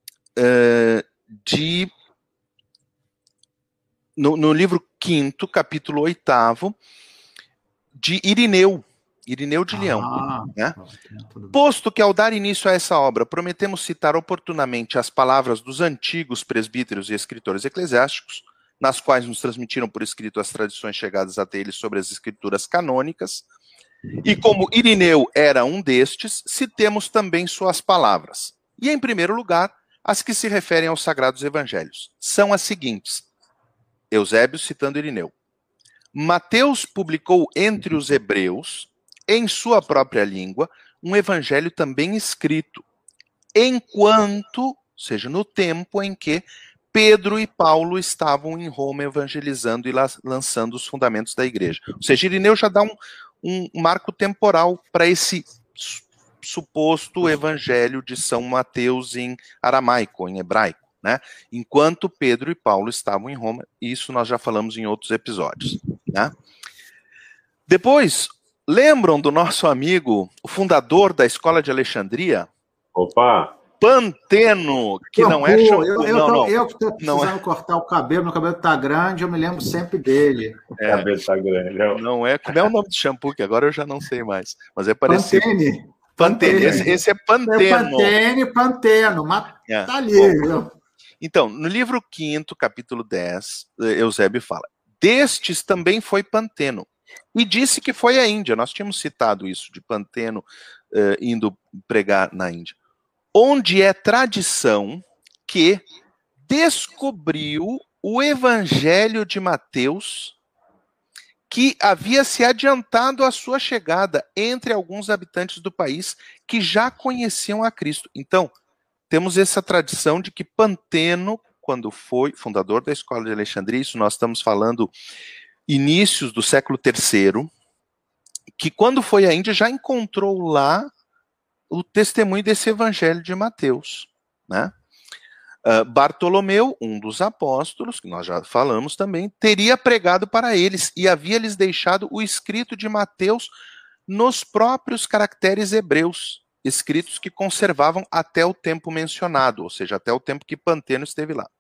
[SPEAKER 3] no livro 5º, capítulo 8º, de Irineu de Leão. Né? Posto que, ao dar início a essa obra, prometemos citar oportunamente as palavras dos antigos presbíteros e escritores eclesiásticos, nas quais nos transmitiram por escrito as tradições chegadas até eles sobre as escrituras canônicas, e como Irineu era um destes, citemos também suas palavras. E, em primeiro lugar, as que se referem aos sagrados evangelhos. São as seguintes. Eusébio citando Irineu. Mateus publicou entre os hebreus, em sua própria língua, um evangelho também escrito, enquanto, ou seja, no tempo em que Pedro e Paulo estavam em Roma evangelizando e lançando os fundamentos da igreja. Ou seja, Irineu já dá um marco temporal para esse suposto evangelho de São Mateus em aramaico, em hebraico, né? Enquanto Pedro e Paulo estavam em Roma, isso nós já falamos em outros episódios, né? Depois, lembram do nosso amigo, o fundador da Escola de Alexandria?
[SPEAKER 2] Opa!
[SPEAKER 3] Panteno, que não é shampoo.
[SPEAKER 1] Eu que estou precisando cortar o cabelo, meu cabelo está grande, eu me lembro sempre dele.
[SPEAKER 2] O cabelo está grande.
[SPEAKER 3] Não é, como é o nome do shampoo, que agora eu já não sei mais, mas é parecido.
[SPEAKER 1] Pantene.
[SPEAKER 3] Esse é Panteno.
[SPEAKER 1] Panteno, mas tá ali, viu?
[SPEAKER 3] Então, no livro 5º, capítulo 10, Eusébio fala, destes também foi Panteno, e disse que foi à Índia. Nós tínhamos citado isso, de Panteno indo pregar na Índia. Onde é tradição que descobriu o Evangelho de Mateus, que havia se adiantado à sua chegada entre alguns habitantes do país que já conheciam a Cristo. Então, temos essa tradição de que Panteno, quando foi fundador da Escola de Alexandria, isso nós estamos falando inícios do século III, que quando foi à Índia já encontrou lá o testemunho desse Evangelho de Mateus, né? Bartolomeu, um dos apóstolos, que nós já falamos também, teria pregado para eles e havia lhes deixado o escrito de Mateus nos próprios caracteres hebreus, escritos que conservavam até o tempo mencionado, ou seja, até o tempo que Panteno esteve lá.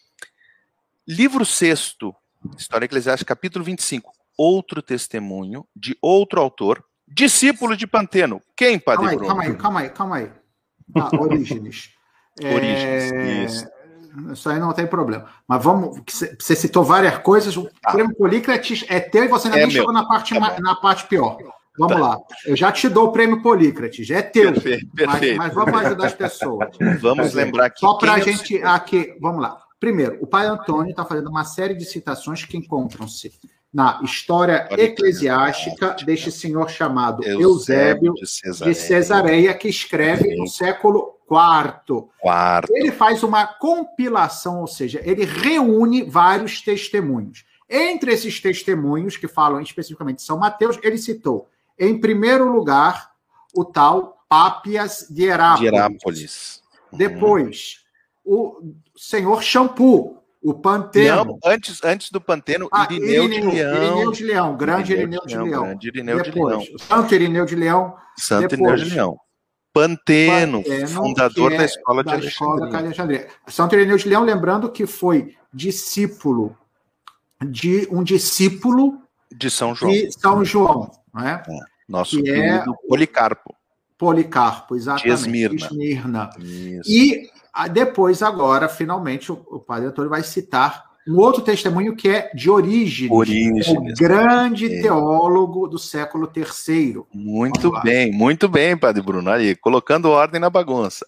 [SPEAKER 3] Livro 6º, História Eclesiástica, capítulo 25, outro testemunho de outro autor, discípulo de Panteno. Quem, Padre Bruno?
[SPEAKER 1] Calma aí. Orígenes.
[SPEAKER 3] Orígenes,
[SPEAKER 1] isso aí não tem problema. Mas vamos. Você citou várias coisas. O prêmio Polícrates é teu e você ainda nem chegou na parte pior. Vamos lá. Eu já te dou o prêmio Polícrates. É teu.
[SPEAKER 3] Perfeito.
[SPEAKER 1] Mas vamos ajudar as pessoas.
[SPEAKER 3] Vamos lembrar que.
[SPEAKER 1] Só para a gente aqui. Vamos lá. Primeiro, o Pai Antônio está fazendo uma série de citações que encontram-se na história eclesiástica deste senhor chamado Eusébio de Cesareia, que escreve no século IV. Ele faz uma compilação, ou seja, ele reúne vários testemunhos. Entre esses testemunhos, que falam especificamente de São Mateus, ele citou, em primeiro lugar, o tal Pápias de Herápolis. Depois, o senhor Shampoo, o Panteno.
[SPEAKER 3] Não, antes do Panteno, Irineu de Leão.
[SPEAKER 1] Grande Irineu de Leão.
[SPEAKER 3] Depois,
[SPEAKER 1] Santo Irineu de Leão.
[SPEAKER 3] Irineu de Leão. Panteno, fundador da Escola de Alexandria.
[SPEAKER 1] Santo Irineu de Leão, lembrando que foi discípulo de um discípulo
[SPEAKER 3] de São
[SPEAKER 1] João. Né?
[SPEAKER 3] Nosso querido Policarpo.
[SPEAKER 1] Policarpo, exatamente.
[SPEAKER 3] De
[SPEAKER 1] Esmirna. E depois, agora, finalmente, o Padre Antônio vai citar um outro testemunho que é de Orígenes, o grande teólogo do século III.
[SPEAKER 3] Muito bem, Padre Bruno. Aí, colocando ordem na bagunça.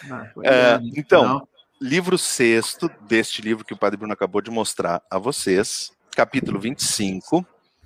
[SPEAKER 3] Então, livro 6º, deste livro que o Padre Bruno acabou de mostrar a vocês, capítulo 25,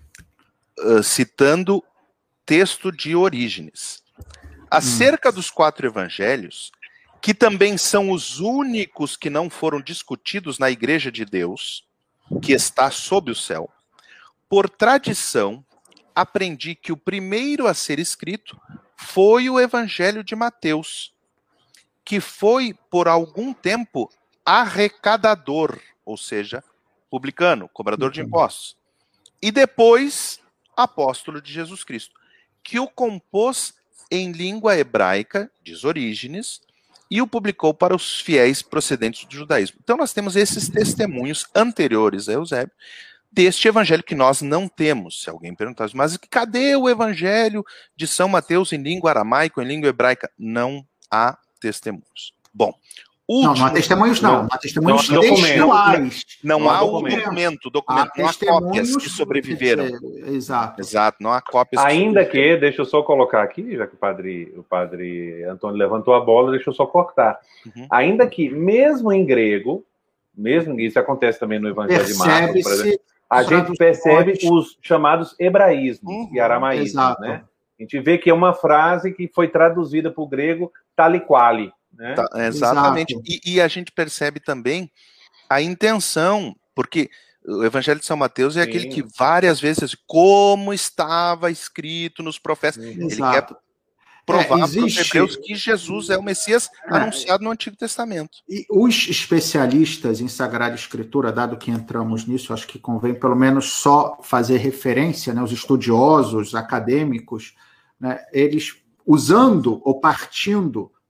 [SPEAKER 3] citando texto de Orígenes. Acerca dos 4 evangelhos, que também são os únicos que não foram discutidos na Igreja de Deus, que está sob o céu, por tradição, aprendi que o primeiro a ser escrito foi o Evangelho de Mateus, que foi, por algum tempo, arrecadador, ou seja, publicano, cobrador de impostos, e depois apóstolo de Jesus Cristo, que o compôs em língua hebraica, diz Orígenes, e o publicou para os fiéis procedentes do judaísmo. Então nós temos esses testemunhos anteriores a Eusébio, deste evangelho que nós não temos. Se alguém perguntar, mas cadê o evangelho de São Mateus em língua aramaica, em língua hebraica? Não há testemunhos. Bom,
[SPEAKER 1] não há testemunhos, não. Há testemunhos textuais.
[SPEAKER 3] Não há o documento, não há cópias que sobreviveram.
[SPEAKER 1] Exato,
[SPEAKER 3] não há cópias.
[SPEAKER 2] Ainda que, deixa eu só colocar aqui, já que o padre Antônio levantou a bola, deixa eu só cortar. Ainda que, mesmo em grego, isso acontece também no Evangelho de Marcos, por exemplo, a gente percebe os chamados hebraísmos e aramaísmos, né? A gente vê que é uma frase que foi traduzida para o grego tal e quale. Né?
[SPEAKER 3] Exatamente. E a gente percebe também a intenção, porque o Evangelho de São Mateus é aquele que várias vezes, como estava escrito nos profetas, ele quer provar para os hebreus que Jesus é o Messias anunciado no Antigo Testamento.
[SPEAKER 1] E os especialistas em Sagrada Escritura, dado que entramos nisso, acho que convém pelo menos só fazer referência, né, os estudiosos, acadêmicos, né, eles usando ou partindo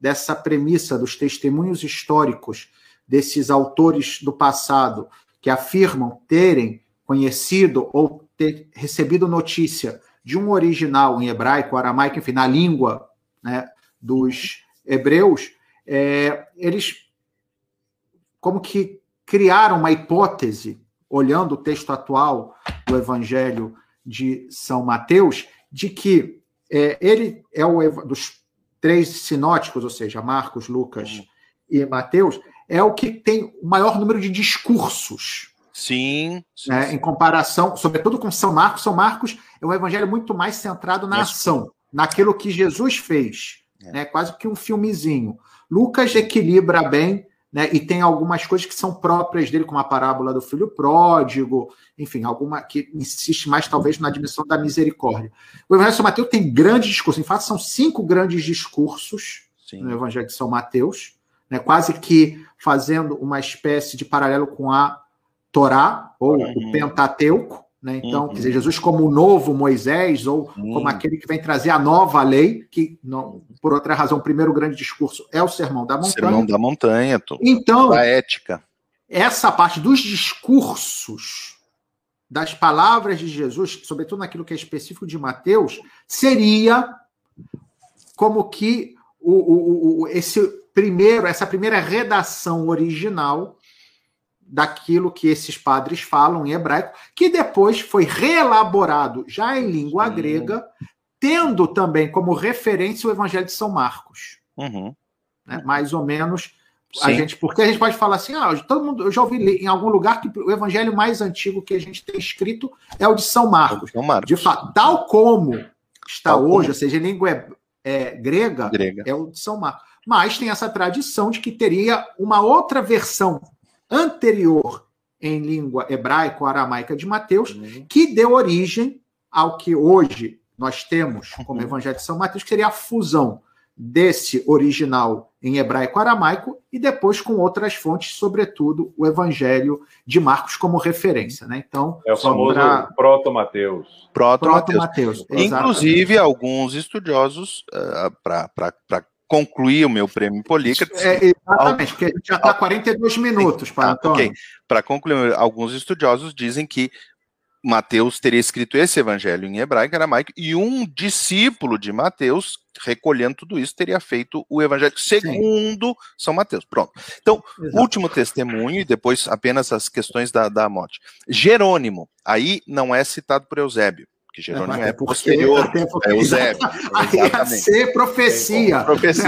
[SPEAKER 1] dessa premissa dos testemunhos históricos desses autores do passado que afirmam terem conhecido ou ter recebido notícia de um original em hebraico, aramaico, enfim, na língua, né, dos hebreus, eles como que criaram uma hipótese, olhando o texto atual do Evangelho de São Mateus, de que ele é dos 3 sinóticos, ou seja, Marcos, Lucas e Mateus, é o que tem o maior número de discursos.
[SPEAKER 3] Sim.
[SPEAKER 1] Em comparação, sobretudo com São Marcos. São Marcos é um evangelho muito mais centrado na ação, naquilo que Jesus fez, né? Quase que um filmezinho. Lucas equilibra bem, né? E tem algumas coisas que são próprias dele, como a parábola do filho pródigo, enfim, alguma que insiste mais talvez na dimensão da misericórdia. O evangelho de São Mateus tem grandes discursos, em fato são 5 grandes discursos no evangelho de São Mateus, né? Quase que fazendo uma espécie de paralelo com a Torá, ou o Pentateuco, né? Então, quer dizer, Jesus como o novo Moisés, ou como aquele que vem trazer a nova lei, que, não, por outra razão, o primeiro grande discurso é o Sermão da Montanha.
[SPEAKER 3] Sermão da Montanha,
[SPEAKER 1] então,
[SPEAKER 3] da ética.
[SPEAKER 1] Essa parte dos discursos, das palavras de Jesus, sobretudo naquilo que é específico de Mateus, seria como que essa primeira redação original daquilo que esses padres falam em hebraico, que depois foi reelaborado já em língua grega, tendo também como referência o Evangelho de São Marcos. Né? Mais ou menos, porque a gente pode falar assim, todo mundo, eu já ouvi em algum lugar que o Evangelho mais antigo que a gente tem escrito é o de São Marcos. De fato, tal como está hoje, ou seja, em língua grega, é o de São Marcos. Mas tem essa tradição de que teria uma outra versão anterior em língua hebraica ou aramaica de Mateus, que deu origem ao que hoje nós temos como Evangelho de São Mateus, que seria a fusão desse original em hebraico-aramaico e depois com outras fontes, sobretudo o Evangelho de Marcos como referência. Né? Então,
[SPEAKER 2] é o famoso Proto-Mateus.
[SPEAKER 1] Proto-Mateus.
[SPEAKER 3] Inclusive, alguns estudiosos, para concluir o meu prêmio Polícrates.
[SPEAKER 1] Exatamente, porque a gente já está 42 minutos, para Antônio.
[SPEAKER 3] Para concluir, alguns estudiosos dizem que Mateus teria escrito esse evangelho em hebraico, aramaico, e um discípulo de Mateus, recolhendo tudo isso, teria feito o evangelho segundo São Mateus. Pronto. Então, último testemunho, e depois apenas as questões da morte. Jerônimo, aí não é citado por Eusébio, que Jerônimo é posterior a Eusébio.
[SPEAKER 1] Aí ia ser profecia.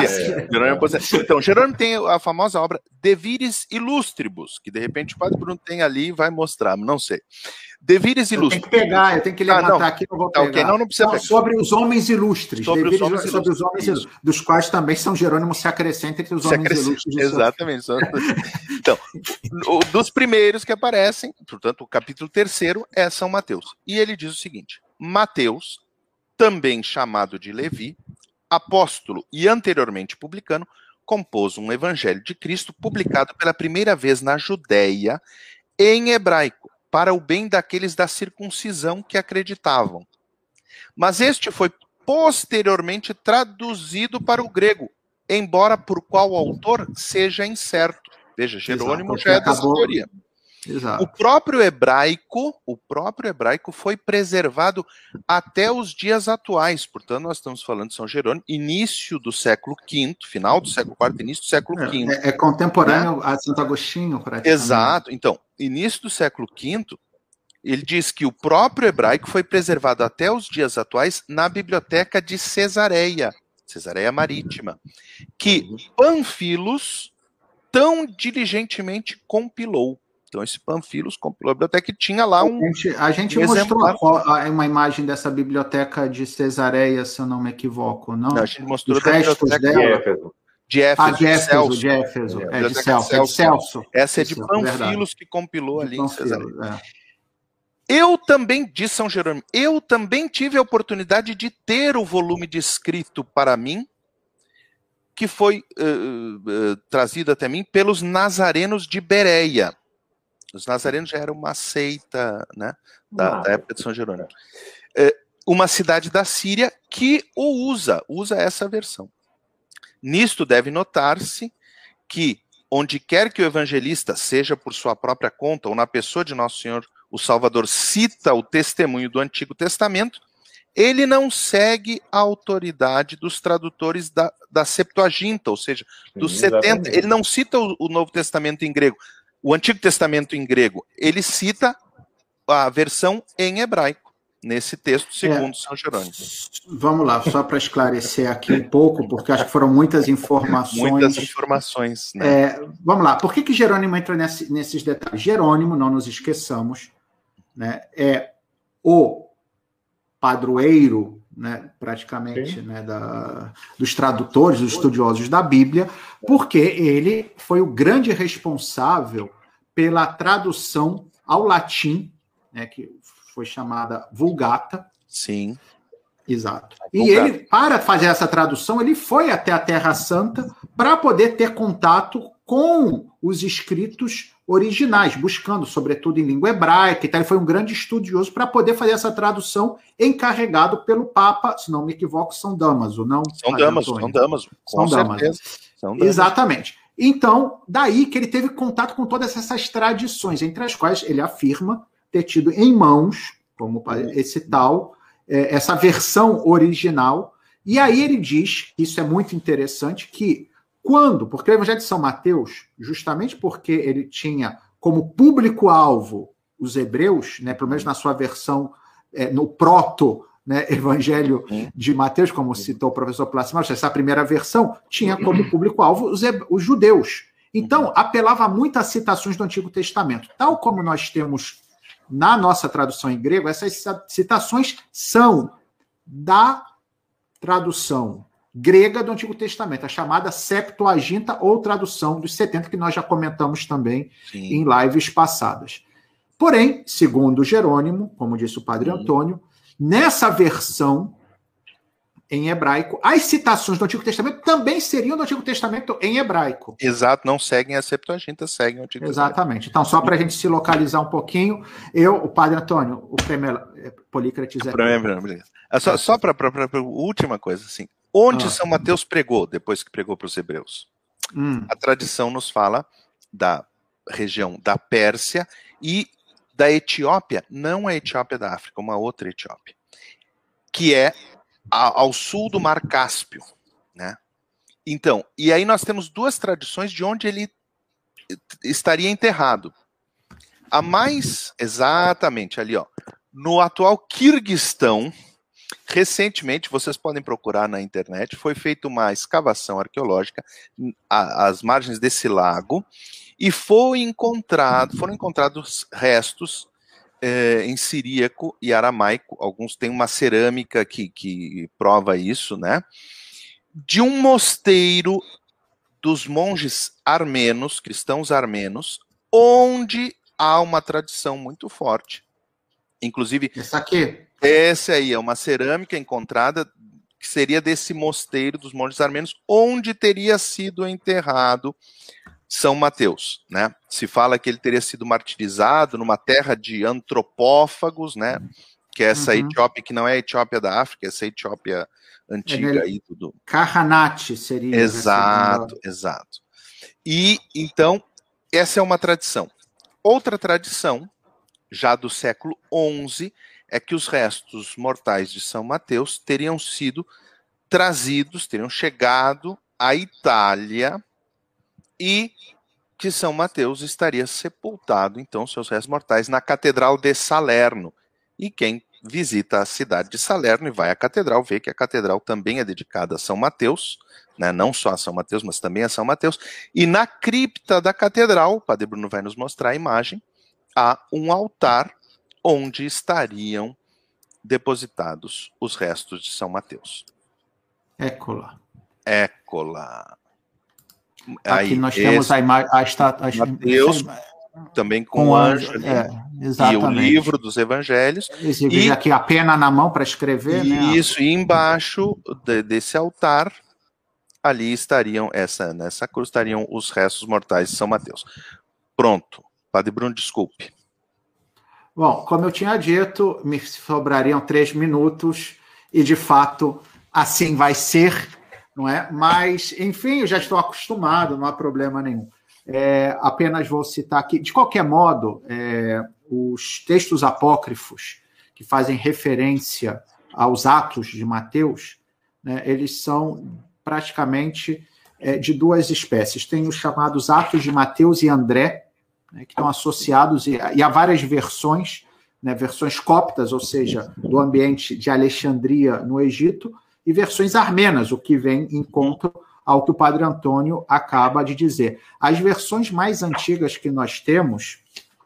[SPEAKER 3] Então, Jerônimo tem a famosa obra De Viris Illustribus, que de repente o Padre Bruno tem ali e vai mostrar, não sei. De Viris Illustribus.
[SPEAKER 1] Eu tenho que levantar aqui, não vou pegar.
[SPEAKER 3] Okay, não precisa pegar.
[SPEAKER 1] Sobre os homens ilustres. Sobre os homens ilustres, dos quais também São Jerônimo se acrescenta entre os homens ilustres.
[SPEAKER 3] Exatamente. Então, dos primeiros que aparecem, portanto, o capítulo 3º é São Mateus. E ele diz o seguinte: Mateus, também chamado de Levi, apóstolo e anteriormente publicano, compôs um evangelho de Cristo publicado pela primeira vez na Judéia em hebraico, para o bem daqueles da circuncisão que acreditavam. Mas este foi posteriormente traduzido para o grego, embora por qual autor seja incerto. Veja, Jerônimo já é dessa teoria.
[SPEAKER 1] Exato.
[SPEAKER 3] O próprio hebraico foi preservado até os dias atuais. Portanto, nós estamos falando de São Jerônimo, início do século V, final do século IV, início do século V.
[SPEAKER 1] É contemporâneo a Santo Agostinho, praticamente.
[SPEAKER 3] Exato. Então, início do século V, ele diz que o próprio hebraico foi preservado até os dias atuais na biblioteca de Cesareia Marítima, que Panfilos tão diligentemente compilou. Então, esse Panfilos compilou a biblioteca e tinha lá
[SPEAKER 1] A gente mostrou uma imagem dessa biblioteca de Cesareia, se eu não me equivoco, não?
[SPEAKER 3] A gente mostrou
[SPEAKER 1] da biblioteca dela.
[SPEAKER 3] De Éfeso.
[SPEAKER 1] De Celso.
[SPEAKER 3] Essa é de Panfilos, que compilou ali em Cesareia. Eu também, diz São Jerônimo, eu também tive a oportunidade de ter o volume de escrito para mim, que foi trazido até mim pelos nazarenos de Bereia. Os nazarenos já eram uma seita, né, da época de São Jerônimo. Uma cidade da Síria que usa essa versão. Nisto deve notar-se que, onde quer que o evangelista, seja por sua própria conta ou na pessoa de Nosso Senhor, o Salvador, cita o testemunho do Antigo Testamento, ele não segue a autoridade dos tradutores da Septuaginta, ou seja, dos 70. Ele não cita o Novo Testamento em grego, o Antigo Testamento em grego. Ele cita a versão em hebraico, nesse texto, segundo São Jerônimo.
[SPEAKER 1] Vamos lá, só para esclarecer aqui um pouco, porque acho que foram muitas informações.
[SPEAKER 3] Muitas informações, né?
[SPEAKER 1] Vamos lá, por que Jerônimo entra nesses detalhes? Jerônimo, não nos esqueçamos, né, é o padroeiro, né, praticamente, né, dos tradutores, dos estudiosos da Bíblia, porque ele foi o grande responsável pela tradução ao latim, né, que foi chamada Vulgata.
[SPEAKER 3] Sim.
[SPEAKER 1] Exato. E ele, para fazer essa tradução, ele foi até a Terra Santa para poder ter contato com os escritos originais, buscando, sobretudo, em língua hebraica. Então, ele foi um grande estudioso para poder fazer essa tradução, encarregado pelo Papa, se não me equivoco, São Damaso, não?
[SPEAKER 3] São Damaso, com certeza.
[SPEAKER 1] Exatamente. Então, daí que ele teve contato com todas essas tradições, entre as quais ele afirma ter tido em mãos, como esse tal, essa versão original. E aí ele diz, isso é muito interessante, que porque o Evangelho de São Mateus, justamente porque ele tinha como público-alvo os hebreus, né, pelo menos na sua versão, no proto, né, Evangelho de Mateus, como citou o professor Plácido, essa primeira versão tinha como público-alvo os judeus. Então, apelava muito a citações do Antigo Testamento. Tal como nós temos na nossa tradução em grego, essas citações são da tradução grega do Antigo Testamento, a chamada Septuaginta ou tradução dos 70, que nós já comentamos também em lives passadas. Porém, segundo Jerônimo, como disse o padre Antônio, nessa versão em hebraico, as citações do Antigo Testamento também seriam do Antigo Testamento em hebraico.
[SPEAKER 3] Exato, não seguem a Septuaginta, seguem o Antigo Testamento.
[SPEAKER 1] Exatamente. Então, só para a gente se localizar um pouquinho, o padre Antônio, o Polícrates
[SPEAKER 3] Só para a última coisa, assim, onde São Mateus pregou, depois que pregou para os hebreus? A tradição nos fala da região da Pérsia e da Etiópia, não a Etiópia da África, uma outra Etiópia, que é ao sul do Mar Cáspio, né? Então, e aí nós temos duas tradições de onde ele estaria enterrado. A mais, exatamente, ali, ó, no atual Quirguistão. Recentemente, vocês podem procurar na internet, foi feita uma escavação arqueológica às margens desse lago e foram encontrados restos em siríaco e aramaico. Alguns têm uma cerâmica que prova isso, né? De um mosteiro dos monges armenos, cristãos armenos, onde há uma tradição muito forte. Inclusive, essa aí é uma cerâmica encontrada que seria desse mosteiro dos monges armenos, onde teria sido enterrado São Mateus, né? Se fala que ele teria sido martirizado numa terra de antropófagos, né? Que é essa Etiópia, que não é a Etiópia da África, essa Etiópia antiga aí do
[SPEAKER 1] Carranate seria.
[SPEAKER 3] Exato. E então essa é uma tradição. Outra tradição, já do século XI, é que os restos mortais de São Mateus teriam sido trazidos, teriam chegado à Itália e que São Mateus estaria sepultado, então, seus restos mortais, na Catedral de Salerno. E quem visita a cidade de Salerno e vai à catedral, vê que a catedral também é dedicada a São Mateus, né? Não só a São Mateus, mas também a São Mateus. E na cripta da catedral, o Padre Bruno vai nos mostrar a imagem, há um altar onde estariam depositados os restos de São Mateus.
[SPEAKER 1] Écola. Aqui
[SPEAKER 3] aí,
[SPEAKER 1] nós temos a imagem.
[SPEAKER 3] Mateus, também com o anjo ali, e o livro dos evangelhos.
[SPEAKER 1] E aqui a pena na mão para escrever.
[SPEAKER 3] Isso, e embaixo desse altar, ali estariam, nessa cruz, estariam os restos mortais de São Mateus. Pronto. Padre Bruno, desculpe.
[SPEAKER 1] Bom, como eu tinha dito, me sobrariam 3 minutos e, de fato, assim vai ser. não é? Mas, enfim, eu já estou acostumado, não há problema nenhum. Apenas vou citar aqui. De qualquer modo, os textos apócrifos que fazem referência aos Atos de Mateus, né, eles são praticamente de duas espécies. Tem os chamados Atos de Mateus e André, né, que estão associados, e há várias versões, né, versões coptas, ou seja, do ambiente de Alexandria, no Egito, e versões armenas, o que vem em encontro ao que o Padre Antônio acaba de dizer. As versões mais antigas que nós temos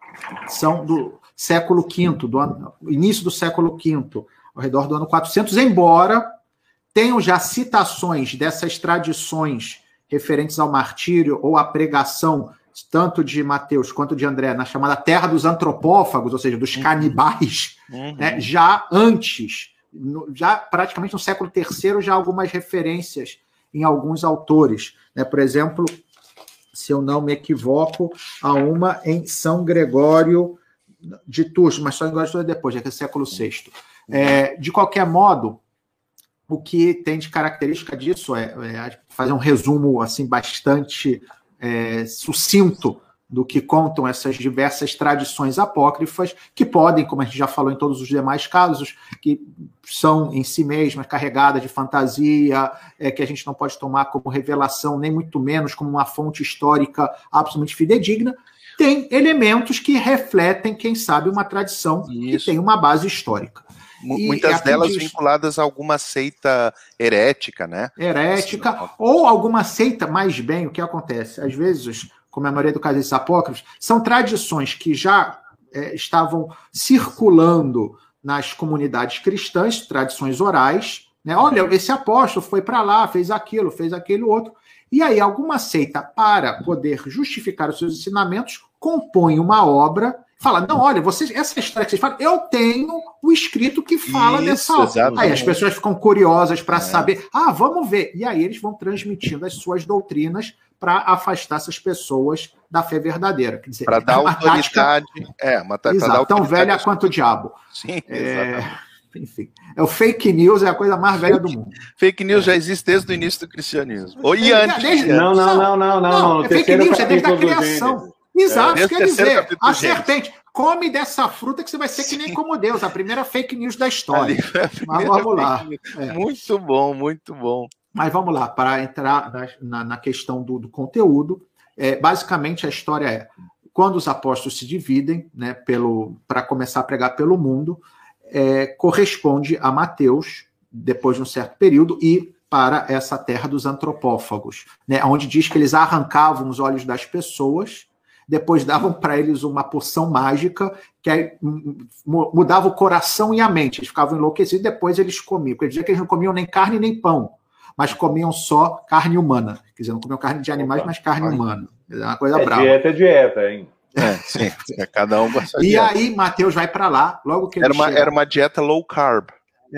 [SPEAKER 1] são do século V, início do século V, ao redor do ano 400, embora tenham já citações dessas tradições referentes ao martírio ou à pregação, tanto de Mateus quanto de André, na chamada terra dos antropófagos, ou seja, dos canibais, né, já antes, já praticamente no século III, já algumas referências em alguns autores, né? Por exemplo, se eu não me equivoco, há uma em São Gregório de Tours, mas São Gregório de Tours depois, já que é século VI. De qualquer modo, o que tem de característica disso é fazer um resumo assim bastante sucinto do que contam essas diversas tradições apócrifas, que podem, como a gente já falou em todos os demais casos, que são em si mesmas carregadas de fantasia, que a gente não pode tomar como revelação, nem muito menos como uma fonte histórica absolutamente fidedigna, tem elementos que refletem, quem sabe, uma tradição que tem uma base histórica.
[SPEAKER 3] Muitas delas vinculadas a alguma seita herética, né?
[SPEAKER 1] Herética, ou alguma seita, mais bem, o que acontece? Às vezes, como a maioria dos casos apócrifos, são tradições que já estavam circulando nas comunidades cristãs, tradições orais, né? Olha, esse apóstolo foi para lá, fez aquele outro. E aí, alguma seita, para poder justificar os seus ensinamentos, compõe uma obra, fala, não, olha, vocês, essa história que vocês falam, eu tenho o escrito que fala dessa obra. Aí as pessoas ficam curiosas para saber, vamos ver. E aí eles vão transmitindo as suas doutrinas para afastar essas pessoas da fé verdadeira. Quer dizer,
[SPEAKER 3] para dar autoridade.
[SPEAKER 1] Exato, tão velha quanto o diabo.
[SPEAKER 3] Sim, exatamente.
[SPEAKER 1] Enfim, o fake news é a coisa mais velha do mundo.
[SPEAKER 3] Fake news já existe desde o início do cristianismo. Ou antes.
[SPEAKER 1] Não. Fake news é desde a criação. Exato, quer dizer, a serpente, come dessa fruta que você vai ser que nem como Deus, a primeira fake news da história. Mas vamos lá.
[SPEAKER 3] Muito bom, muito bom.
[SPEAKER 1] Mas vamos lá, para entrar na questão do conteúdo, basicamente a história é, quando os apóstolos se dividem, né, para começar a pregar pelo mundo, corresponde a Mateus, depois de um certo período, e para essa terra dos antropófagos, né, onde diz que eles arrancavam os olhos das pessoas, depois davam para eles uma poção mágica que aí mudava o coração e a mente. Eles ficavam enlouquecidos, depois eles comiam. Quer dizer que eles não comiam nem carne nem pão, mas comiam só carne humana. Quer dizer, não comiam carne de animais, mas carne humana. É uma coisa brava.
[SPEAKER 2] Dieta, hein?
[SPEAKER 3] Sim. Cada um gosta
[SPEAKER 1] de dieta. E aí, Mateus vai para lá, logo que ele
[SPEAKER 3] era uma dieta low carb.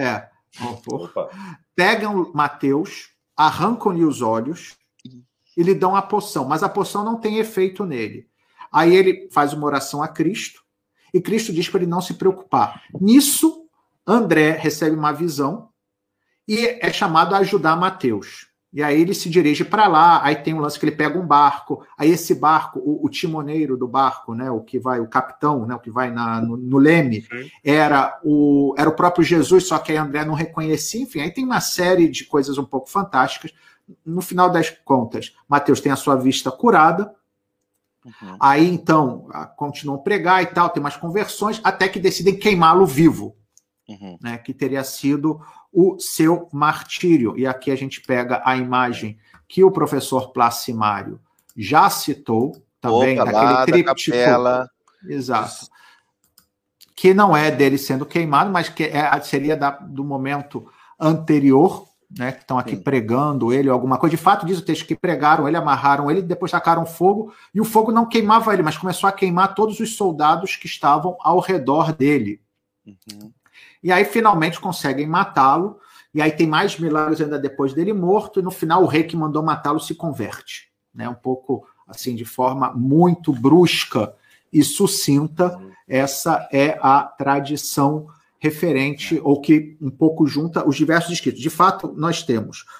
[SPEAKER 1] Pegam Mateus, arrancam-lhe os olhos e lhe dão a poção, mas a poção não tem efeito nele. Aí ele faz uma oração a Cristo, e Cristo diz para ele não se preocupar. Nisso, André recebe uma visão e é chamado a ajudar Mateus. E aí ele se dirige para lá, aí tem um lance que ele pega um barco, aí esse barco, o timoneiro do barco, né, o capitão, né, o que vai no leme, era o próprio Jesus, só que aí André não reconhecia, enfim, aí tem uma série de coisas um pouco fantásticas. No final das contas, Mateus tem a sua vista curada, aí então continuam a pregar e tal, tem umas conversões, até que decidem queimá-lo vivo, né, que teria sido o seu martírio. E aqui a gente pega a imagem que o professor Placimário já citou, também, daquele tríptico. Exato. Que não é dele sendo queimado, mas que seria do momento anterior, né, que estão aqui pregando ele, alguma coisa. De fato, diz o texto que pregaram ele, amarraram ele, depois tacaram fogo, e o fogo não queimava ele, mas começou a queimar todos os soldados que estavam ao redor dele. E aí, finalmente, conseguem matá-lo, e aí tem mais milagres ainda depois dele morto, e no final o rei que mandou matá-lo se converte. Né? Um pouco, assim, de forma muito brusca e sucinta, essa é a tradição referente, ou que um pouco junta os diversos escritos. De fato, nós temos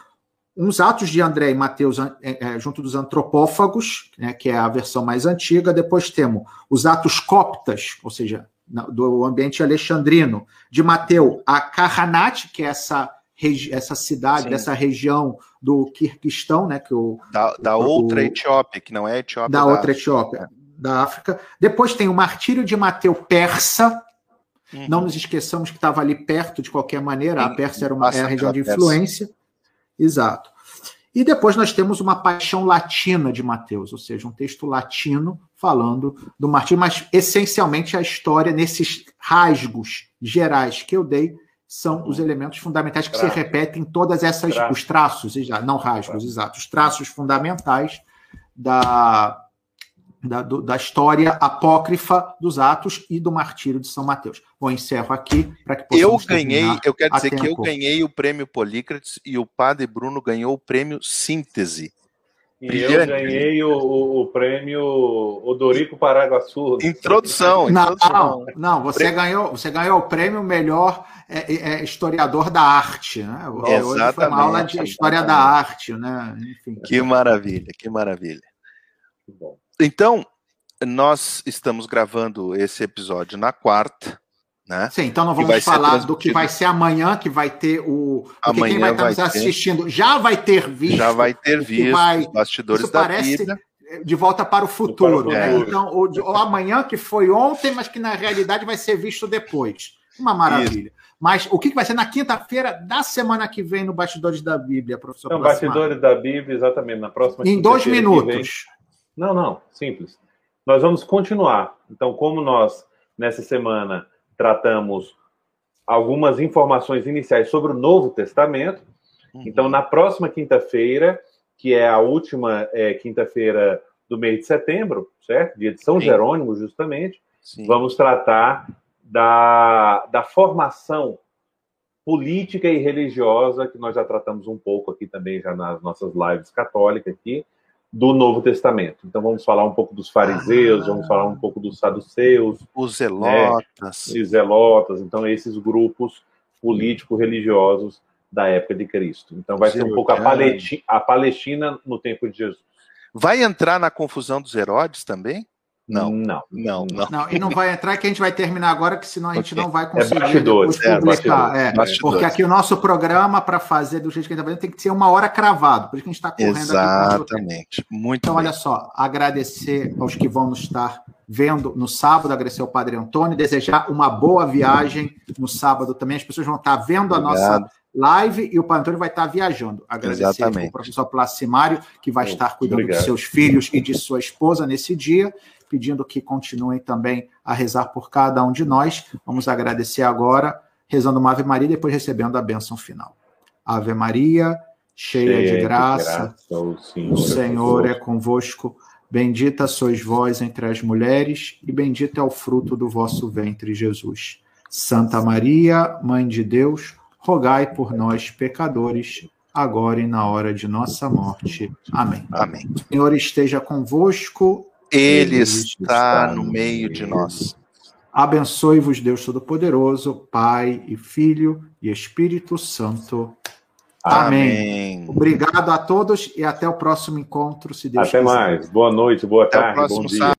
[SPEAKER 1] uns Atos de André e Mateus junto dos antropófagos, né, que é a versão mais antiga. Depois temos os Atos coptas, ou seja, do ambiente alexandrino. De Mateus, a Carranate, que é essa cidade, dessa região do Quirguistão, né, que
[SPEAKER 3] outra Etiópia, que não é Etiópia.
[SPEAKER 1] Da outra Etiópia, da África. Depois tem o Martírio de Mateus persa. Não nos esqueçamos que estava ali perto, de qualquer maneira. A Pérsia era a região de influência. Exato. E depois nós temos uma paixão latina de Mateus, ou seja, um texto latino falando do martírio, mas essencialmente a história, nesses rasgos gerais que eu dei, são os elementos fundamentais que se repetem em todas essas, os traços, não rasgos, exato, os traços fundamentais da história apócrifa dos Atos e do martírio de São Mateus. Bom, encerro aqui para que possamos
[SPEAKER 3] eu quero dizer que eu ganhei o prêmio Polícrates e o padre Bruno ganhou o prêmio Síntese.
[SPEAKER 2] E brilhante. Eu ganhei o prêmio Odorico Paraguaçu.
[SPEAKER 3] Introdução.
[SPEAKER 1] Não, você ganhou o prêmio melhor historiador da arte, né?
[SPEAKER 3] Exatamente.
[SPEAKER 1] Hoje foi uma aula de história da arte, né? Enfim.
[SPEAKER 3] Que maravilha, que maravilha.
[SPEAKER 2] Que bom.
[SPEAKER 3] Então, nós estamos gravando esse episódio na quarta, né?
[SPEAKER 1] Sim, então não vamos falar do que vai ser amanhã, que vai ter porque quem vai estar nos assistindo já vai ter visto.
[SPEAKER 3] Já vai ter visto os bastidores da Bíblia.
[SPEAKER 1] De Volta para o Futuro, né? Então, o amanhã, que foi ontem, mas que na realidade vai ser visto depois. Uma maravilha. Isso. Mas o que vai ser na quinta-feira da semana que vem no Bastidores da Bíblia, professor?
[SPEAKER 2] Então, Bastidores da Bíblia, exatamente, na próxima
[SPEAKER 1] em 2 minutos.
[SPEAKER 2] Não, simples. Nós vamos continuar. Então, como nós, nessa semana, tratamos algumas informações iniciais sobre o Novo Testamento, então, na próxima quinta-feira, que é a última quinta-feira do mês de setembro, certo? Dia de São Jerônimo, justamente, vamos tratar da formação política e religiosa, que nós já tratamos um pouco aqui também, já nas nossas lives católicas aqui, do Novo Testamento. Então vamos falar um pouco dos fariseus, vamos falar um pouco dos saduceus,
[SPEAKER 3] os zelotas,
[SPEAKER 2] os zelotas, então esses grupos político-religiosos da época de Cristo. Então vai ser um pouco a Palestina no tempo de Jesus.
[SPEAKER 3] Vai entrar na confusão dos Herodes também? Não,
[SPEAKER 1] e não vai entrar, que a gente vai terminar agora, que senão a gente não vai conseguir
[SPEAKER 2] bastidores,
[SPEAKER 1] publicar. Porque aqui o nosso programa, para fazer do jeito que a gente está fazendo, tem que ser 1 hora cravado, por isso que a gente está correndo.
[SPEAKER 3] Exatamente. Muito
[SPEAKER 1] então,
[SPEAKER 3] bem.
[SPEAKER 1] olha só, agradecer aos que vão nos estar vendo no sábado, agradecer ao Padre Antônio, desejar uma boa viagem no sábado também, as pessoas vão estar vendo a nossa live e o Padre Antônio vai estar viajando. Agradecer ao professor Placimário, que vai estar cuidando dos seus filhos e de sua esposa nesse dia, pedindo que continuem também a rezar por cada um de nós. Vamos agradecer agora, rezando uma Ave Maria e depois recebendo a bênção final. Ave Maria, cheia de graça, o Senhor é convosco. Bendita sois vós entre as mulheres e bendito é o fruto do vosso ventre, Jesus. Santa Maria, Mãe de Deus, rogai por nós, pecadores, agora e na hora de nossa morte. Amém.
[SPEAKER 3] Amém.
[SPEAKER 1] O Senhor esteja convosco.
[SPEAKER 3] Ele está no meio de nós.
[SPEAKER 1] Abençoe-vos, Deus Todo-Poderoso, Pai e Filho e Espírito Santo. Amém. Obrigado a todos e até o próximo encontro, se Deus quiser.
[SPEAKER 2] Até mais. Boa noite, boa tarde, bom dia.